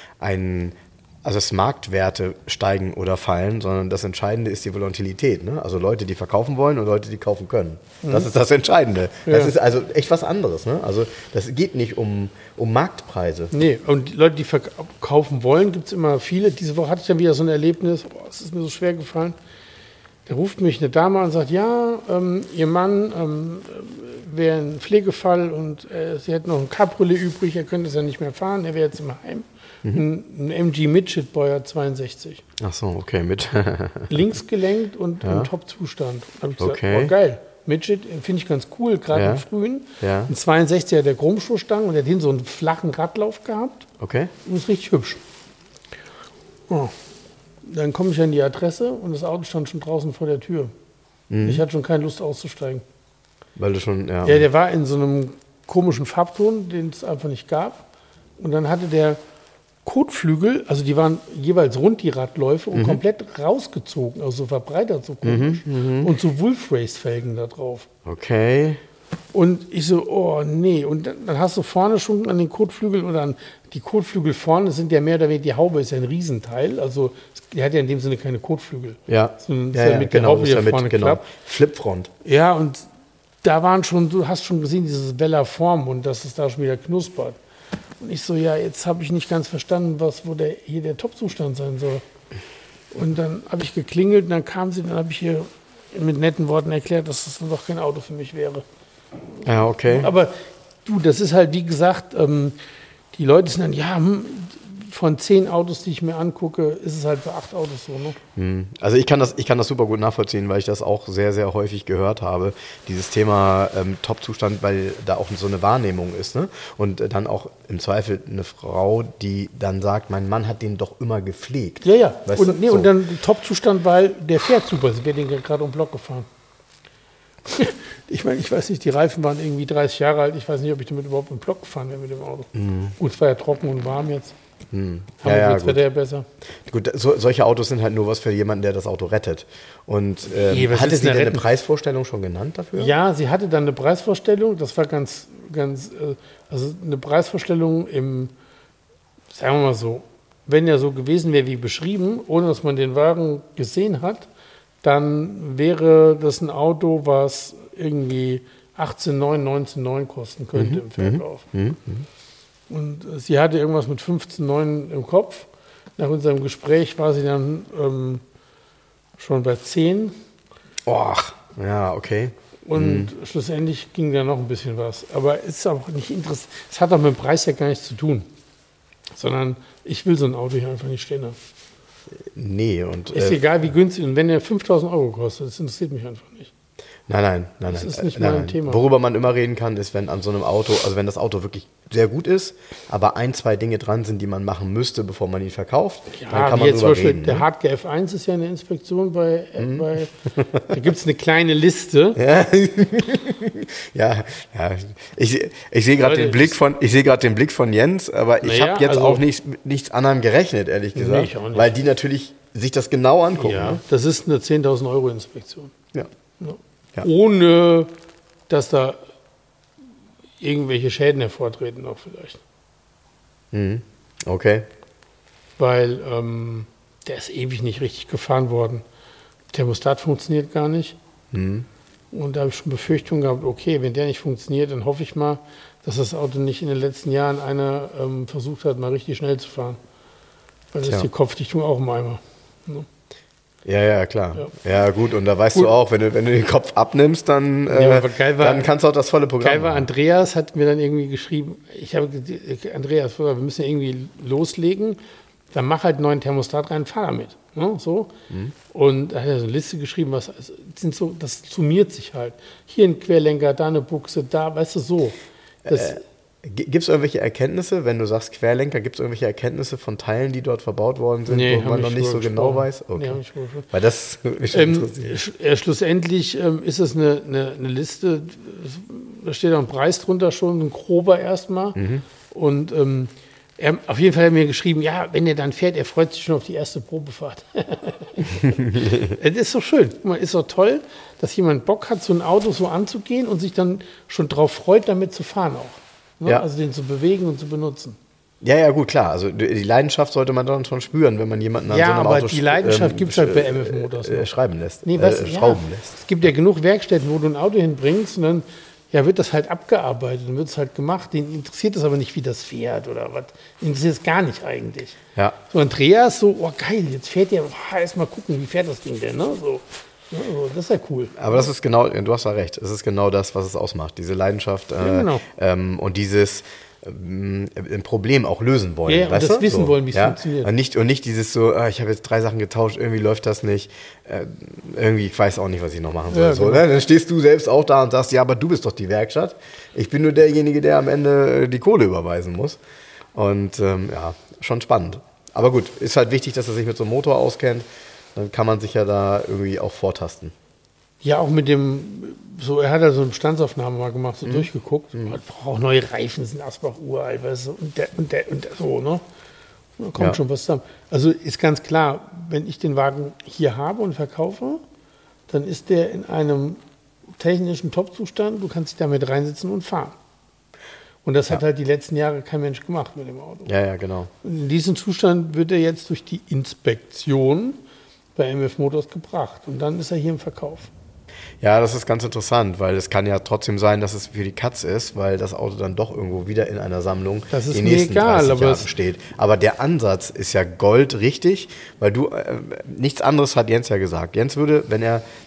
dass Marktwerte steigen oder fallen, sondern das Entscheidende ist die Volatilität. Ne? Also Leute, die verkaufen wollen und Leute, die kaufen können. Mhm. Das ist das Entscheidende. Ja. Das ist also echt was anderes. Ne? Also das geht nicht um Marktpreise. Nee, und die Leute, die verkaufen wollen, gibt es immer viele. Diese Woche hatte ich dann wieder so ein Erlebnis, es ist mir so schwer gefallen. Da ruft mich eine Dame an und sagt, ja, ihr Mann wäre ein Pflegefall und sie hätte noch ein Cabriolet übrig, er könnte es ja nicht mehr fahren, er wäre jetzt im Heim. Ein MG Midget Baujahr 62. Ach so, okay, mit. Links gelenkt und im Top-Zustand. Da habe ich gesagt, oh geil, Midget finde ich ganz cool, gerade im Frühen. Ja. Ein 62er der Chromschuhstangen und der hat hinten so einen flachen Radlauf gehabt. Okay. Und ist richtig hübsch. Oh. Dann komme ich an die Adresse und das Auto stand schon draußen vor der Tür. Mhm. Ich hatte schon keine Lust auszusteigen. Weil du schon, Ja, der war in so einem komischen Farbton, den es einfach nicht gab. Und dann hatte der Kotflügel, also die waren jeweils rund, die Radläufe, und komplett rausgezogen, also so verbreitert, so komisch. Und so Wolf-Race-Felgen da drauf. Okay. Und ich so, oh nee. Und dann hast du vorne schon an den Kotflügel oder an die Kotflügel vorne sind ja mehr oder weniger, die Haube ist ja ein Riesenteil. Also der hat ja in dem Sinne keine Kotflügel. Ja. Sondern mit der Haube, die da vorne klappt. Flipfront. Ja, und da waren schon, du hast schon gesehen, dieses Weller Form und dass es da schon wieder knuspert. Und ich so, ja, jetzt habe ich nicht ganz verstanden, wo hier der Top-Zustand sein soll. Und dann habe ich geklingelt und dann kam sie, dann habe ich hier mit netten Worten erklärt, dass das doch kein Auto für mich wäre. Ja, okay. Aber du, das ist halt, wie gesagt, die Leute sind dann, ja, von 10 Autos, die ich mir angucke, ist es halt bei 8 Autos so, ne? Also ich kann das super gut nachvollziehen, weil ich das auch sehr, sehr häufig gehört habe, dieses Thema Top-Zustand, weil da auch so eine Wahrnehmung ist, ne? Und dann auch im Zweifel eine Frau, die dann sagt, mein Mann hat den doch immer gepflegt. Ja. Weißt und, du? So. Und dann Top-Zustand, weil der fährt super, sie wird den gerade um den Block gefahren. Ich meine, ich weiß nicht, die Reifen waren irgendwie 30 Jahre alt, ich weiß nicht, ob ich damit überhaupt im Block gefahren wäre mit dem Auto. Gut, es war ja trocken und warm jetzt. Jetzt wird er ja besser. Gut, solche Autos sind halt nur was für jemanden, der das Auto rettet. Und hatte sie denn eine Preisvorstellung schon genannt dafür? Ja, sie hatte dann eine Preisvorstellung. Das war ganz, also eine Preisvorstellung sagen wir mal so, wenn er so gewesen wäre wie beschrieben, ohne dass man den Wagen gesehen hat, dann wäre das ein Auto, was irgendwie 18,9, 19,9 kosten könnte im Verkauf. Und sie hatte irgendwas mit 15,9 im Kopf. Nach unserem Gespräch war sie dann schon bei 10. Och, ja, okay. Und schlussendlich ging da noch ein bisschen was. Aber es ist auch nicht interessant. Es hat auch mit dem Preis ja gar nichts zu tun. Sondern ich will so ein Auto hier einfach nicht stehen haben. Nee, und. Ist egal, wie günstig. Und wenn der 5.000 Euro kostet, das interessiert mich einfach nicht. Nein. Das ist nicht nein, mein Thema. Worüber man immer reden kann, ist, wenn an so einem Auto, also wenn das Auto wirklich sehr gut ist, aber 1, 2 Dinge dran sind, die man machen müsste, bevor man ihn verkauft, Ja, dann kann wie man jetzt zum drüber Beispiel reden. der Hardcore F1 ist ja eine Inspektion bei da gibt es eine kleine Liste. Ja. Ich sehe gerade den Blick von Jens, aber ich Naja, habe jetzt also- auch nichts anderem gerechnet, ehrlich gesagt. ich auch nicht. Weil die natürlich sich das genau angucken. Ja, Ne? das ist eine 10.000 Euro Inspektion. Ja. Ja. Ohne, dass da irgendwelche Schäden hervortreten noch vielleicht. Okay. Weil der ist ewig nicht richtig gefahren worden. Thermostat funktioniert gar nicht. Und da habe ich schon Befürchtungen gehabt, okay, wenn der nicht funktioniert, dann hoffe ich mal, dass das Auto nicht in den letzten Jahren einer versucht hat, mal richtig schnell zu fahren. Weil das ist die Kopfdichtung auch im Eimer. Ne? Ja, klar. Ja, gut, und da weißt du auch, wenn du den Kopf abnimmst, dann, dann kannst du auch das volle Programm geil war, machen. Andreas hat mir dann irgendwie geschrieben, Andreas, wir müssen ja irgendwie loslegen, dann mach halt einen neuen Thermostat rein, fahr damit. Ne, so. Und da hat er so eine Liste geschrieben, das summiert sich halt. Hier ein Querlenker, da eine Buchse, da, weißt du, so. Gibt es irgendwelche Erkenntnisse, wenn du sagst Querlenker, gibt es irgendwelche Erkenntnisse von Teilen, die dort verbaut worden sind, wo man noch nicht so genau weiß? Okay. Nee, weil das mich schon interessiert. Schlussendlich ist es eine Liste, da steht auch ein Preis drunter schon, ein grober erstmal. Und auf jeden Fall hat er mir geschrieben, ja, wenn er dann fährt, er freut sich schon auf die erste Probefahrt. Das ist doch schön. Guck mal, ist doch toll, dass jemand Bock hat, so ein Auto so anzugehen und sich dann schon drauf freut, damit zu fahren auch. Ne? Ja. Also den zu bewegen und zu benutzen. Ja, gut, klar. Also die Leidenschaft sollte man dann schon spüren, wenn man jemanden an so einem aber Auto die Leidenschaft gibt es halt bei MF Motors noch. schreiben lässt. Nee, schrauben lässt. Es gibt ja genug Werkstätten, wo du ein Auto hinbringst und dann wird das halt abgearbeitet, dann wird es halt gemacht. Den interessiert es aber nicht, wie das fährt oder was. Den interessiert es gar nicht eigentlich. Ja. So Andreas, so, oh geil, jetzt fährt der, erst mal gucken, wie fährt das Ding denn, ne? So. Ja, das ist ja cool. Aber das ist genau, du hast ja recht, es ist genau das, was es ausmacht. Diese Leidenschaft genau. Und dieses ein Problem auch lösen wollen. Ja, und weißt das du? wissen wollen, wie es funktioniert. Und nicht dieses so, ich habe jetzt 3 Sachen getauscht, irgendwie läuft das nicht. Irgendwie, ich weiß auch nicht, was ich noch machen soll. Ja, so, genau. ne? Dann stehst du selbst auch da und sagst, ja, aber du bist doch die Werkstatt. Ich bin nur derjenige, der am Ende die Kohle überweisen muss. Und schon spannend. Aber gut, ist halt wichtig, dass er sich mit so einem Motor auskennt. Dann kann man sich ja da irgendwie auch vortasten. Ja, auch mit dem, so, er hat ja so eine Bestandsaufnahme mal gemacht, so durchgeguckt. Man braucht auch neue Reifen, das ist ein Asbach uralt, weißt du, und der, so, ne? Da kommt schon was zusammen. Also ist ganz klar, wenn ich den Wagen hier habe und verkaufe, dann ist der in einem technischen Top-Zustand, du kannst dich damit reinsitzen und fahren. Und das hat halt die letzten Jahre kein Mensch gemacht mit dem Auto. Ja, genau. Und in diesem Zustand wird er jetzt durch die Inspektion bei MF Motors gebracht. Und dann ist er hier im Verkauf. Ja, das ist ganz interessant, weil es kann ja trotzdem sein, dass es für die Katz ist, weil das Auto dann doch irgendwo wieder in einer Sammlung Das ist die mir nächsten egal, 30 aber Jahre steht. Aber der Ansatz ist ja goldrichtig, weil du, nichts anderes hat Jens ja gesagt. Jens würde, wenn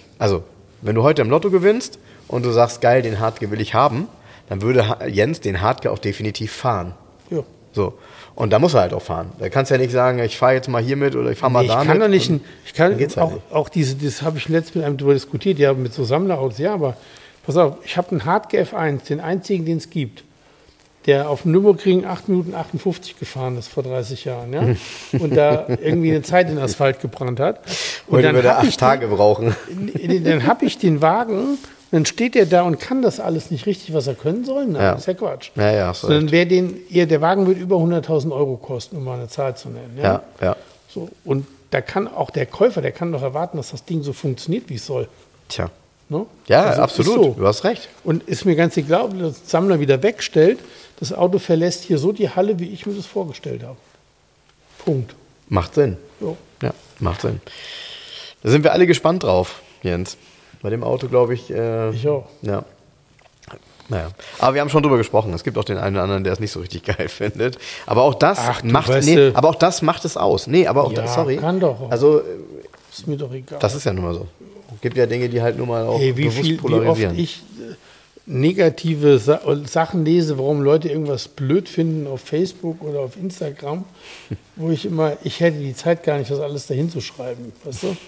du heute im Lotto gewinnst und du sagst, geil, den Hardcore will ich haben, dann würde Jens den Hardcore auch definitiv fahren. Ja. So. Und da muss er halt auch fahren. Da kannst du ja nicht sagen, ich fahre jetzt mal hier mit oder ich fahre mal da mit. Ich kann doch nicht, auch nicht. Das habe ich letztens mit einem darüber diskutiert, ja, mit so Sammlerautos, ja, aber pass auf, ich habe einen Hardcore F1, den einzigen, den es gibt, der auf dem Nürburgring 8 Minuten 58 gefahren ist vor 30 Jahren, ja, und da irgendwie eine Zeit in den Asphalt gebrannt hat. Und heute würde er 8 Tage brauchen. Dann habe ich den Wagen, dann steht er da und kann das alles nicht richtig, was er können soll. Nein, Ja. das ist ja Quatsch. Ja, So, dann wäre der Wagen wird über 100.000 Euro kosten, um mal eine Zahl zu nennen. Ja. So, und da kann auch der Käufer, der kann doch erwarten, dass das Ding so funktioniert, wie es soll. Tja. Ne? Ja, Also, absolut. ist so. Du hast recht. Und ist mir ganz egal, ob der Sammler wieder wegstellt. Das Auto verlässt hier so die Halle, wie ich mir das vorgestellt habe. Punkt. Macht Sinn. So. Ja, macht Sinn. Da sind wir alle gespannt drauf, Jens. Bei dem Auto, glaube ich. Ich auch. Ja. Naja. Aber wir haben schon drüber gesprochen. Es gibt auch den einen oder anderen, der es nicht so richtig geil findet. Aber auch das aber auch das macht es aus. Nee, aber auch Ja, das, sorry. kann doch auch. Also, Ist mir doch egal. das ist ja nun mal so. Es gibt ja Dinge, die halt nur mal auch Hey, wie bewusst oft polarisieren. ich negative Sachen lese, warum Leute irgendwas blöd finden auf Facebook oder auf Instagram, wo ich hätte die Zeit gar nicht, das alles dahin zu schreiben, weißt du?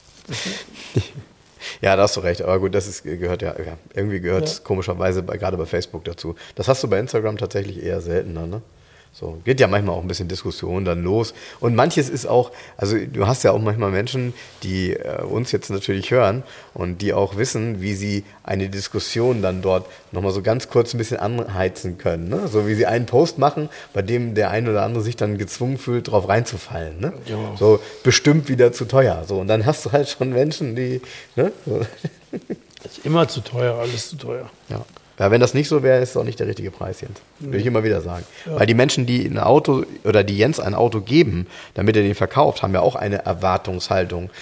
Ja, da hast du recht, aber gut, gehört irgendwie gehört komischerweise gerade bei Facebook dazu. Das hast du bei Instagram tatsächlich eher seltener, ne? So, geht ja manchmal auch ein bisschen Diskussion dann los. Und manches ist auch, also du hast ja auch manchmal Menschen, die uns jetzt natürlich hören und die auch wissen, wie sie eine Diskussion dann dort nochmal so ganz kurz ein bisschen anheizen können. Ne? So wie sie einen Post machen, bei dem der ein oder andere sich dann gezwungen fühlt, drauf reinzufallen. Ne? Ja. So bestimmt wieder zu teuer. So, und dann hast du halt schon Menschen, die... Ne? So. Ist immer zu teuer, alles zu teuer. Ja. Ja, wenn das nicht so wäre, ist es auch nicht der richtige Preis, Jens. Würde ich immer wieder sagen. Ja. Weil die Menschen, die ein Auto oder die Jens ein Auto geben, damit er den verkauft, haben ja auch eine Erwartungshaltung.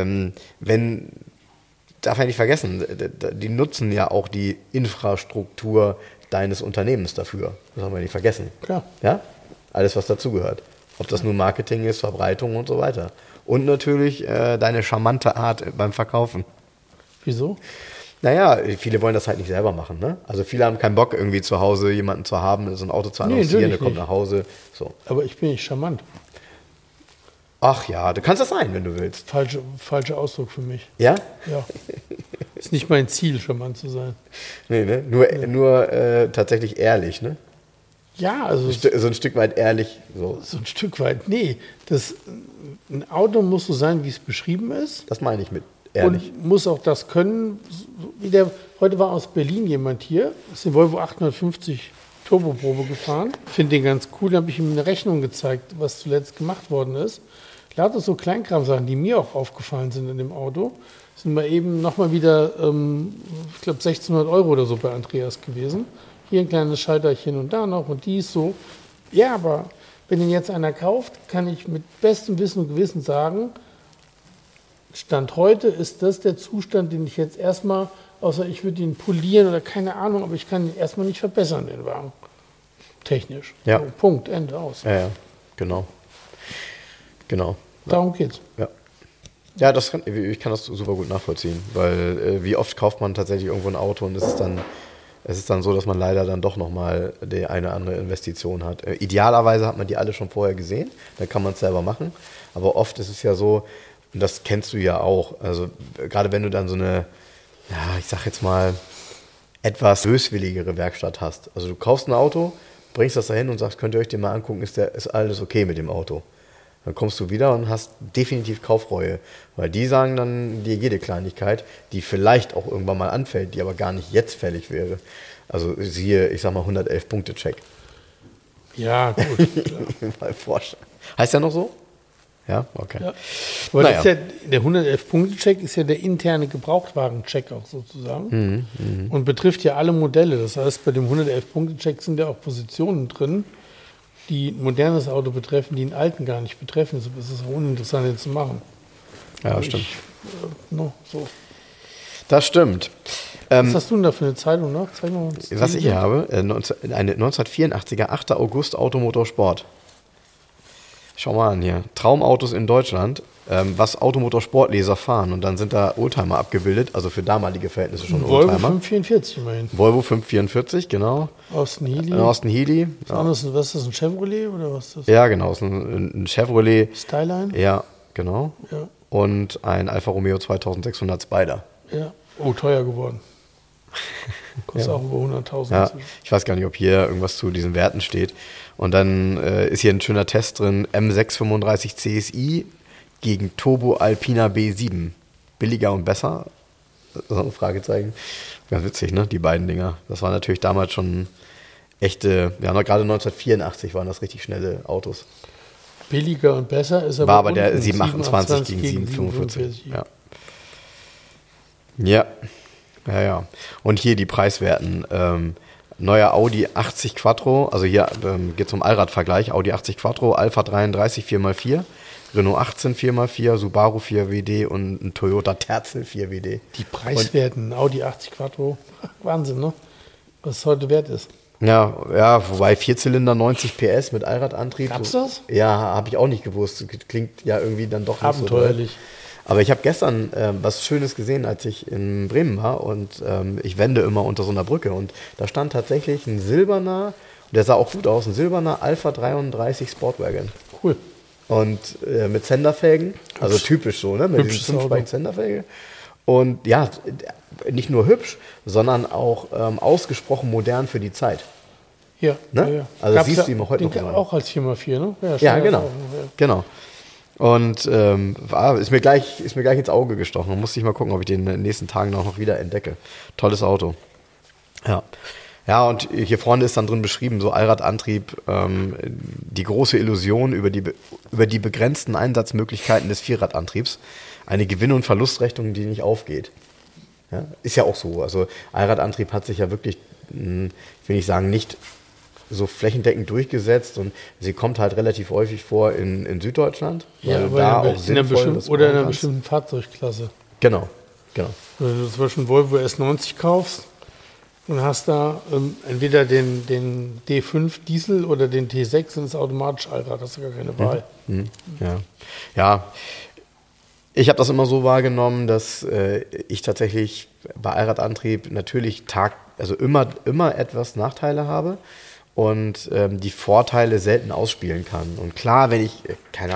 Darf man nicht vergessen, die nutzen ja auch die Infrastruktur deines Unternehmens dafür. Das haben wir nicht vergessen. Klar. Ja? Alles, was dazugehört. Ob das nun Marketing ist, Verbreitung und so weiter. Und natürlich deine charmante Art beim Verkaufen. Wieso? Naja, viele wollen das halt nicht selber machen, ne? Also viele haben keinen Bock, irgendwie zu Hause jemanden zu haben, so ein Auto zu annoncieren, der kommt nach Hause. So. Aber ich bin nicht charmant. Ach ja, du kannst das sein, wenn du willst. Falscher Ausdruck für mich. Ja? Ja. Ist nicht mein Ziel, charmant zu sein. Nee, ne? Nur tatsächlich ehrlich, ne? Ja, also... So ein Stück weit ehrlich. So ein Stück weit, nee. Ein Auto muss so sein, wie es beschrieben ist. Das meine ich mit ehrlich. Und muss auch das können. Heute war aus Berlin jemand hier, ist den Volvo 850 Turboprobe gefahren. Finde den ganz cool. Da habe ich ihm eine Rechnung gezeigt, was zuletzt gemacht worden ist. Lauter so Kleinkram-Sachen, die mir auch aufgefallen sind in dem Auto. Sind mal eben nochmal wieder, ich glaube 1600 € oder so bei Andreas gewesen. Hier ein kleines Schalterchen und da noch und dies so. Ja, aber wenn ihn jetzt einer kauft, kann ich mit bestem Wissen und Gewissen sagen, Stand heute ist das der Zustand, den ich jetzt erstmal, außer ich würde ihn polieren oder keine Ahnung, aber ich kann ihn erstmal nicht verbessern, den Wagen. Technisch. Ja. So, Punkt, Ende, aus. Ja, genau. Darum geht's. Ja. Ja, ich kann das super gut nachvollziehen, weil wie oft kauft man tatsächlich irgendwo ein Auto und es ist dann so, dass man leider dann doch nochmal die eine oder andere Investition hat. Idealerweise hat man die alle schon vorher gesehen, dann kann man es selber machen, aber oft ist es ja so, und das kennst du ja auch, also gerade wenn du dann so eine, ja, ich sag jetzt mal, etwas böswilligere Werkstatt hast. Also du kaufst ein Auto, bringst das dahin und sagst, könnt ihr euch den mal angucken, ist alles okay mit dem Auto. Dann kommst du wieder und hast definitiv Kaufreue, weil die sagen dann dir jede Kleinigkeit, die vielleicht auch irgendwann mal anfällt, die aber gar nicht jetzt fällig wäre. Also siehe, ich sag mal 111-Punkte-Check. Ja, gut. Mal vorstellen. Heißt der noch so? Ja, okay. Ja. Aber das ist ja, der 111-Punkte-Check ist ja der interne Gebrauchtwagen-Check auch sozusagen und betrifft ja alle Modelle. Das heißt, bei dem 111-Punkte-Check sind ja auch Positionen drin, die ein modernes Auto betreffen, die einen alten gar nicht betreffen. So ist es auch uninteressant, den zu machen. Ja, aber stimmt. So. Das stimmt. Was hast du denn da für eine Zeitung noch? Zeig mal uns. Was ich hier habe, eine 1984er 8. August Automotorsport. Schau mal an hier. Traumautos in Deutschland, was Automotorsportleser fahren. Und dann sind da Oldtimer abgebildet, also für damalige Verhältnisse schon Volvo Oldtimer. 544 immerhin. Volvo 544, genau. Austin Healey. Austin Healey. Ja. Was ist das, ein Chevrolet oder was ist das? Ja, genau, ist ein Chevrolet. Styline? Ja, genau. Ja. Und ein Alfa Romeo 2600 Spider. Ja. Oh, teuer geworden. Kostet auch über 100.000. Ja, ich weiß gar nicht, ob hier irgendwas zu diesen Werten steht. Und dann ist hier ein schöner Test drin, M635 CSI gegen Turbo Alpina B7. Billiger und besser? So ein Fragezeichen. Ganz witzig, ne? Die beiden Dinger. Das war natürlich damals schon echte, wir haben gerade 1984 waren das richtig schnelle Autos. Billiger und besser ist aber. War aber der 728 gegen 745. Ja. Und hier die Preiswerten. Neuer Audi 80 Quattro, also hier geht es um Allradvergleich. Audi 80 Quattro, Alpha 33 4x4, Renault 18 4x4, Subaru 4WD und ein Toyota Terzel 4WD. Die Preiswerten, Audi 80 Quattro, Wahnsinn, ne? Was es heute wert ist. Ja, wobei Vierzylinder 90 PS mit Allradantrieb. Gab's das? Ja, habe ich auch nicht gewusst. Klingt ja irgendwie dann doch nicht abenteuerlich. So. Aber ich habe gestern was Schönes gesehen, als ich in Bremen war und ich wende immer unter so einer Brücke und da stand tatsächlich ein silberner, der sah auch gut aus, ein silberner Alpha 33 Sportwagen. Cool. Und mit Senderfelgen, also typisch so, ne? Mit diesen 5-speichigen Senderfelge. Und ja, nicht nur hübsch, sondern auch ausgesprochen modern für die Zeit. Ja, ne? ja. Also Gab's siehst du ihn heute noch den immer. auch als 4x4, ne? Ja, genau. Genau. Und ist mir gleich ins Auge gestochen. Da musste ich mal gucken, ob ich den in den nächsten Tagen noch wieder entdecke. Tolles Auto. Ja. Ja, und hier vorne ist dann drin beschrieben, so Allradantrieb, die große Illusion über die begrenzten Einsatzmöglichkeiten des Vierradantriebs. Eine Gewinn- und Verlustrechnung, die nicht aufgeht. Ja, ist ja auch so. Also Allradantrieb hat sich ja wirklich, ich will nicht sagen, nicht so flächendeckend durchgesetzt und sie kommt halt relativ häufig vor in Süddeutschland. Ja, aber da in auch sinnvoll, in einer bestimmten Fahrzeugklasse. Genau. Wenn du zum Beispiel einen Volvo S90 kaufst und hast da entweder den D5 Diesel oder den T6, dann ist automatisch Allrad, hast du gar keine Wahl. Ja. Ich habe das immer so wahrgenommen, dass ich tatsächlich bei Allradantrieb natürlich immer etwas Nachteile habe und die Vorteile selten ausspielen kann. Und klar, wenn ich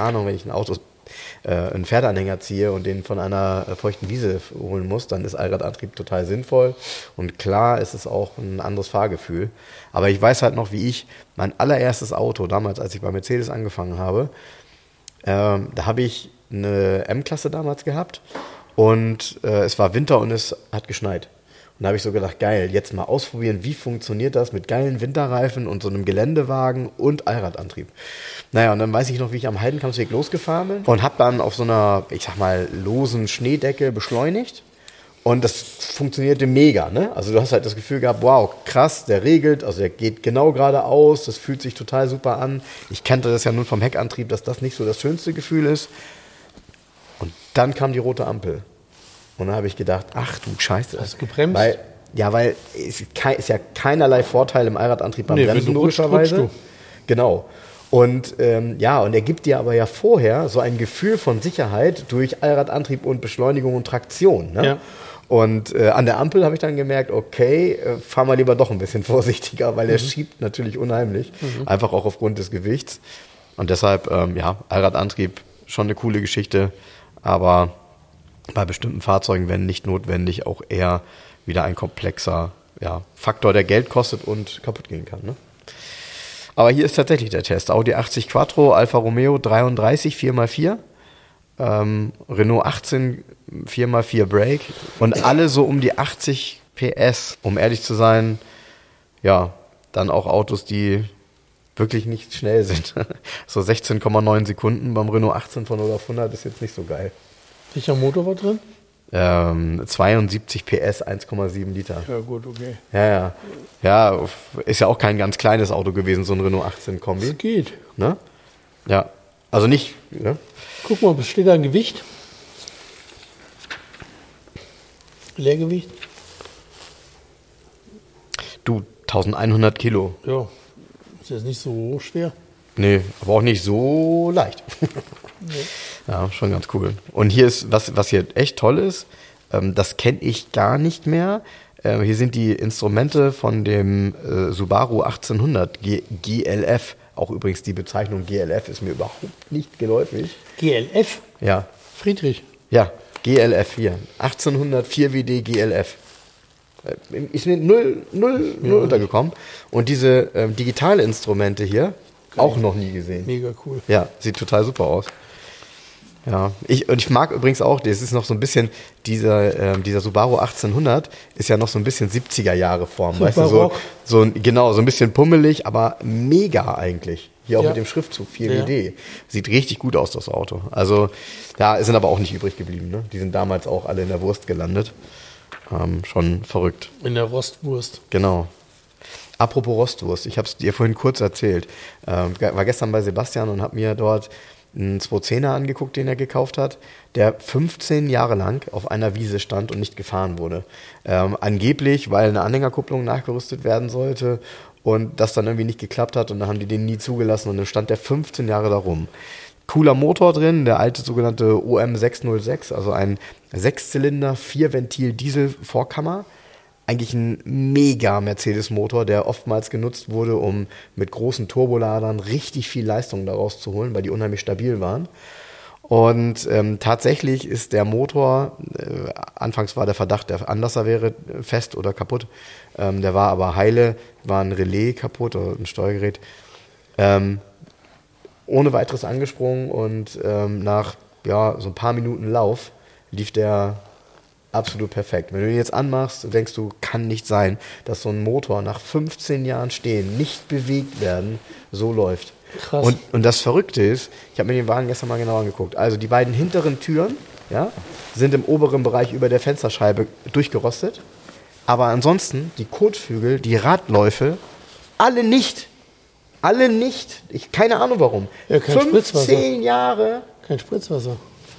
einen Pferdeanhänger ziehe und den von einer feuchten Wiese holen muss, dann ist Allradantrieb total sinnvoll. Und klar ist es auch ein anderes Fahrgefühl. Aber ich weiß halt noch, wie ich mein allererstes Auto, damals, als ich bei Mercedes angefangen habe, da habe ich eine M-Klasse damals gehabt und es war Winter und es hat geschneit. Und da habe ich so gedacht, geil, jetzt mal ausprobieren, wie funktioniert das mit geilen Winterreifen und so einem Geländewagen und Allradantrieb. Naja, und dann weiß ich noch, wie ich am Heidenkampsweg losgefahren bin und habe dann auf so einer, ich sag mal, losen Schneedecke beschleunigt. Und das funktionierte mega, ne? Also du hast halt das Gefühl gehabt, wow, krass, der regelt, also der geht genau geradeaus, das fühlt sich total super an. Ich kannte das ja nun vom Heckantrieb, dass das nicht so das schönste Gefühl ist. Und dann kam die rote Ampel. Und dann habe ich gedacht, ach du Scheiße. Hast du gebremst? Weil es ist ja keinerlei Vorteil im Allradantrieb beim Bremsen, logischerweise. Rutschst du. Genau. Und und er gibt dir aber ja vorher so ein Gefühl von Sicherheit durch Allradantrieb und Beschleunigung und Traktion. Ne? Ja. Und an der Ampel habe ich dann gemerkt, okay, fahr mal lieber doch ein bisschen vorsichtiger, weil er schiebt natürlich unheimlich, einfach auch aufgrund des Gewichts. Und deshalb, Allradantrieb schon eine coole Geschichte, aber bei bestimmten Fahrzeugen, wenn nicht notwendig, auch eher wieder ein komplexer Faktor, der Geld kostet und kaputt gehen kann. Ne? Aber hier ist tatsächlich der Test. Audi 80 Quattro, Alfa Romeo 33 4x4, Renault 18 4x4 Brake und alle so um die 80 PS. Um ehrlich zu sein, ja, dann auch Autos, die wirklich nicht schnell sind. So 16,9 Sekunden beim Renault 18 von 0 auf 100 ist jetzt nicht so geil. Welcher Motor war drin? 72 PS, 1,7 Liter. Ja, gut, okay. Ja, ist ja auch kein ganz kleines Auto gewesen, so ein Renault 18 Kombi. Das geht. Ne? Ja, also nicht. Ne? Guck mal, besteht da ein Gewicht? Leergewicht? Du, 1100 Kilo. Ja, ist jetzt nicht so schwer. Nee, aber auch nicht so leicht. Nee. Ja, schon ganz cool. Und hier ist, was hier echt toll ist, das kenne ich gar nicht mehr. Hier sind die Instrumente von dem Subaru 1800 GLF. Auch übrigens die Bezeichnung GLF ist mir überhaupt nicht geläufig. GLF? Ja. Friedrich? Ja, GLF hier. 1800 4WD GLF. Ist mir null untergekommen. Und diese digitale Instrumente hier, auch noch nie gesehen. Mega cool. Ja, sieht total super aus. Ja, ich mag übrigens auch, das ist noch so ein bisschen, dieser Subaru 1800 ist ja noch so ein bisschen 70er-Jahre-Form, weißt du, so ein bisschen pummelig, aber mega eigentlich. Hier auch mit dem Schriftzug 4WD. Ja. Sieht richtig gut aus, das Auto. Also, ja, sind aber auch nicht übrig geblieben, ne? Die sind damals auch alle in der Wurst gelandet. Schon verrückt. In der Rostwurst. Genau. Apropos Rostwurst, ich habe es dir vorhin kurz erzählt. War gestern bei Sebastian und habe mir dort einen 210er angeguckt, den er gekauft hat, der 15 Jahre lang auf einer Wiese stand und nicht gefahren wurde. Angeblich, weil eine Anhängerkupplung nachgerüstet werden sollte und das dann irgendwie nicht geklappt hat und dann haben die den nie zugelassen und dann stand der 15 Jahre da rum. Cooler Motor drin, der alte sogenannte OM606, also ein 6-Zylinder, 4-Ventil-Diesel-Vorkammer. Eigentlich ein mega Mercedes-Motor, der oftmals genutzt wurde, um mit großen Turboladern richtig viel Leistung daraus zu holen, weil die unheimlich stabil waren. Und tatsächlich ist der Motor, anfangs war der Verdacht, der Anlasser wäre fest oder kaputt. Der war aber heile, war ein Relais kaputt oder ein Steuergerät. Ohne weiteres angesprungen und nach so ein paar Minuten Lauf lief der absolut perfekt. Wenn du ihn jetzt anmachst, denkst du, kann nicht sein, dass so ein Motor nach 15 Jahren Stehen, nicht bewegt werden, so läuft. Krass. Und das Verrückte ist, ich habe mir den Wagen gestern mal genau angeguckt, also die beiden hinteren Türen sind im oberen Bereich über der Fensterscheibe durchgerostet, aber ansonsten die Kotflügel, die Radläufe, alle nicht. Alle nicht. Keine Ahnung warum. Ja, kein 15 Jahre. Kein Spritzwasser.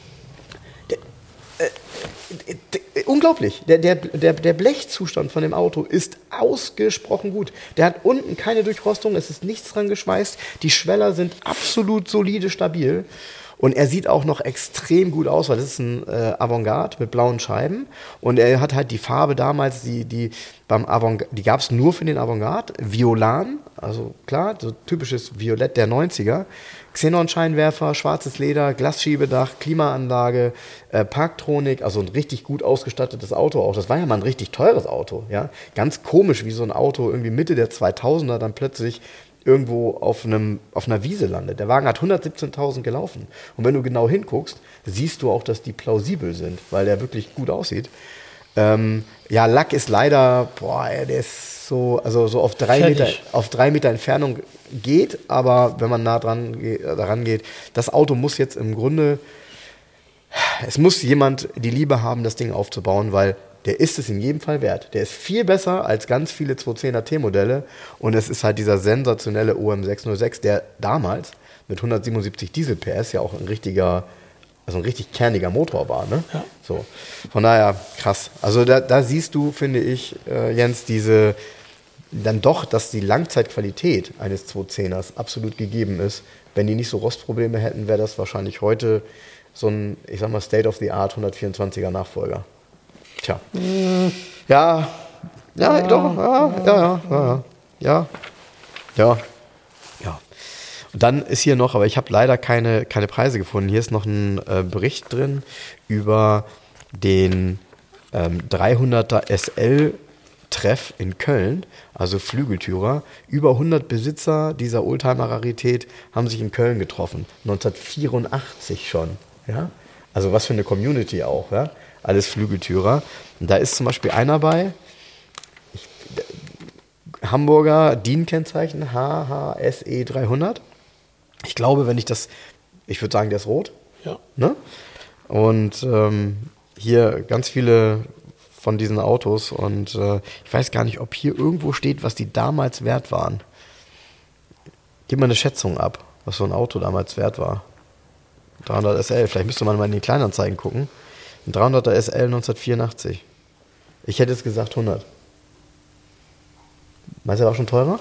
Unglaublich. Der Blechzustand von dem Auto ist ausgesprochen gut. Der hat unten keine Durchrostung, es ist nichts dran geschweißt. Die Schweller sind absolut solide, stabil. Und er sieht auch noch extrem gut aus, weil das ist ein Avantgarde mit blauen Scheiben. Und er hat halt die Farbe damals, die gab es nur für den Avantgarde, Violan, also klar, so typisches Violett der 90er. Xenon-Scheinwerfer, schwarzes Leder, Glasschiebedach, Klimaanlage, Parktronik, also ein richtig gut ausgestattetes Auto auch. Das war ja mal ein richtig teures Auto, ja. Ganz komisch, wie so ein Auto irgendwie Mitte der 2000er dann plötzlich irgendwo auf einer Wiese landet. Der Wagen hat 117.000 gelaufen. Und wenn du genau hinguckst, siehst du auch, dass die plausibel sind, weil der wirklich gut aussieht. Lack ist leider, der ist so auf 3 Meter Entfernung geht, aber wenn man nah daran geht, das Auto muss jetzt im Grunde, es muss jemand die Liebe haben, das Ding aufzubauen, weil der ist es in jedem Fall wert. Der ist viel besser als ganz viele 210er T-Modelle und es ist halt dieser sensationelle OM606, der damals mit 177 Diesel-PS ja auch ein richtig kerniger Motor war. Ne? Ja. So. Von daher krass. Also da siehst du, finde ich, Jens, dass die Langzeitqualität eines 210ers absolut gegeben ist. Wenn die nicht so Rostprobleme hätten, wäre das wahrscheinlich heute so ein, ich sag mal, State-of-the-Art 124er Nachfolger. Tja. Ja. Und dann ist hier noch, aber ich habe leider keine Preise gefunden. Hier ist noch ein Bericht drin über den 300er SL-Treff in Köln, also Flügeltürer. Über 100 Besitzer dieser Oldtimer-Rarität haben sich in Köln getroffen. 1984 schon. Ja? Also was für eine Community auch, ja? Alles Flügeltürer. Und da ist zum Beispiel einer bei, Hamburger DIN-Kennzeichen HHSE 300. Ich glaube, ich würde sagen, der ist rot. Ja. Ne? Und hier ganz viele von diesen Autos und ich weiß gar nicht, ob hier irgendwo steht, was die damals wert waren. Gib mal eine Schätzung ab, was so ein Auto damals wert war. 300 SL, vielleicht müsste man mal in die Kleinanzeigen gucken. Ein 300er SL 1984. Ich hätte jetzt gesagt 100. Meinst du, er war schon teurer?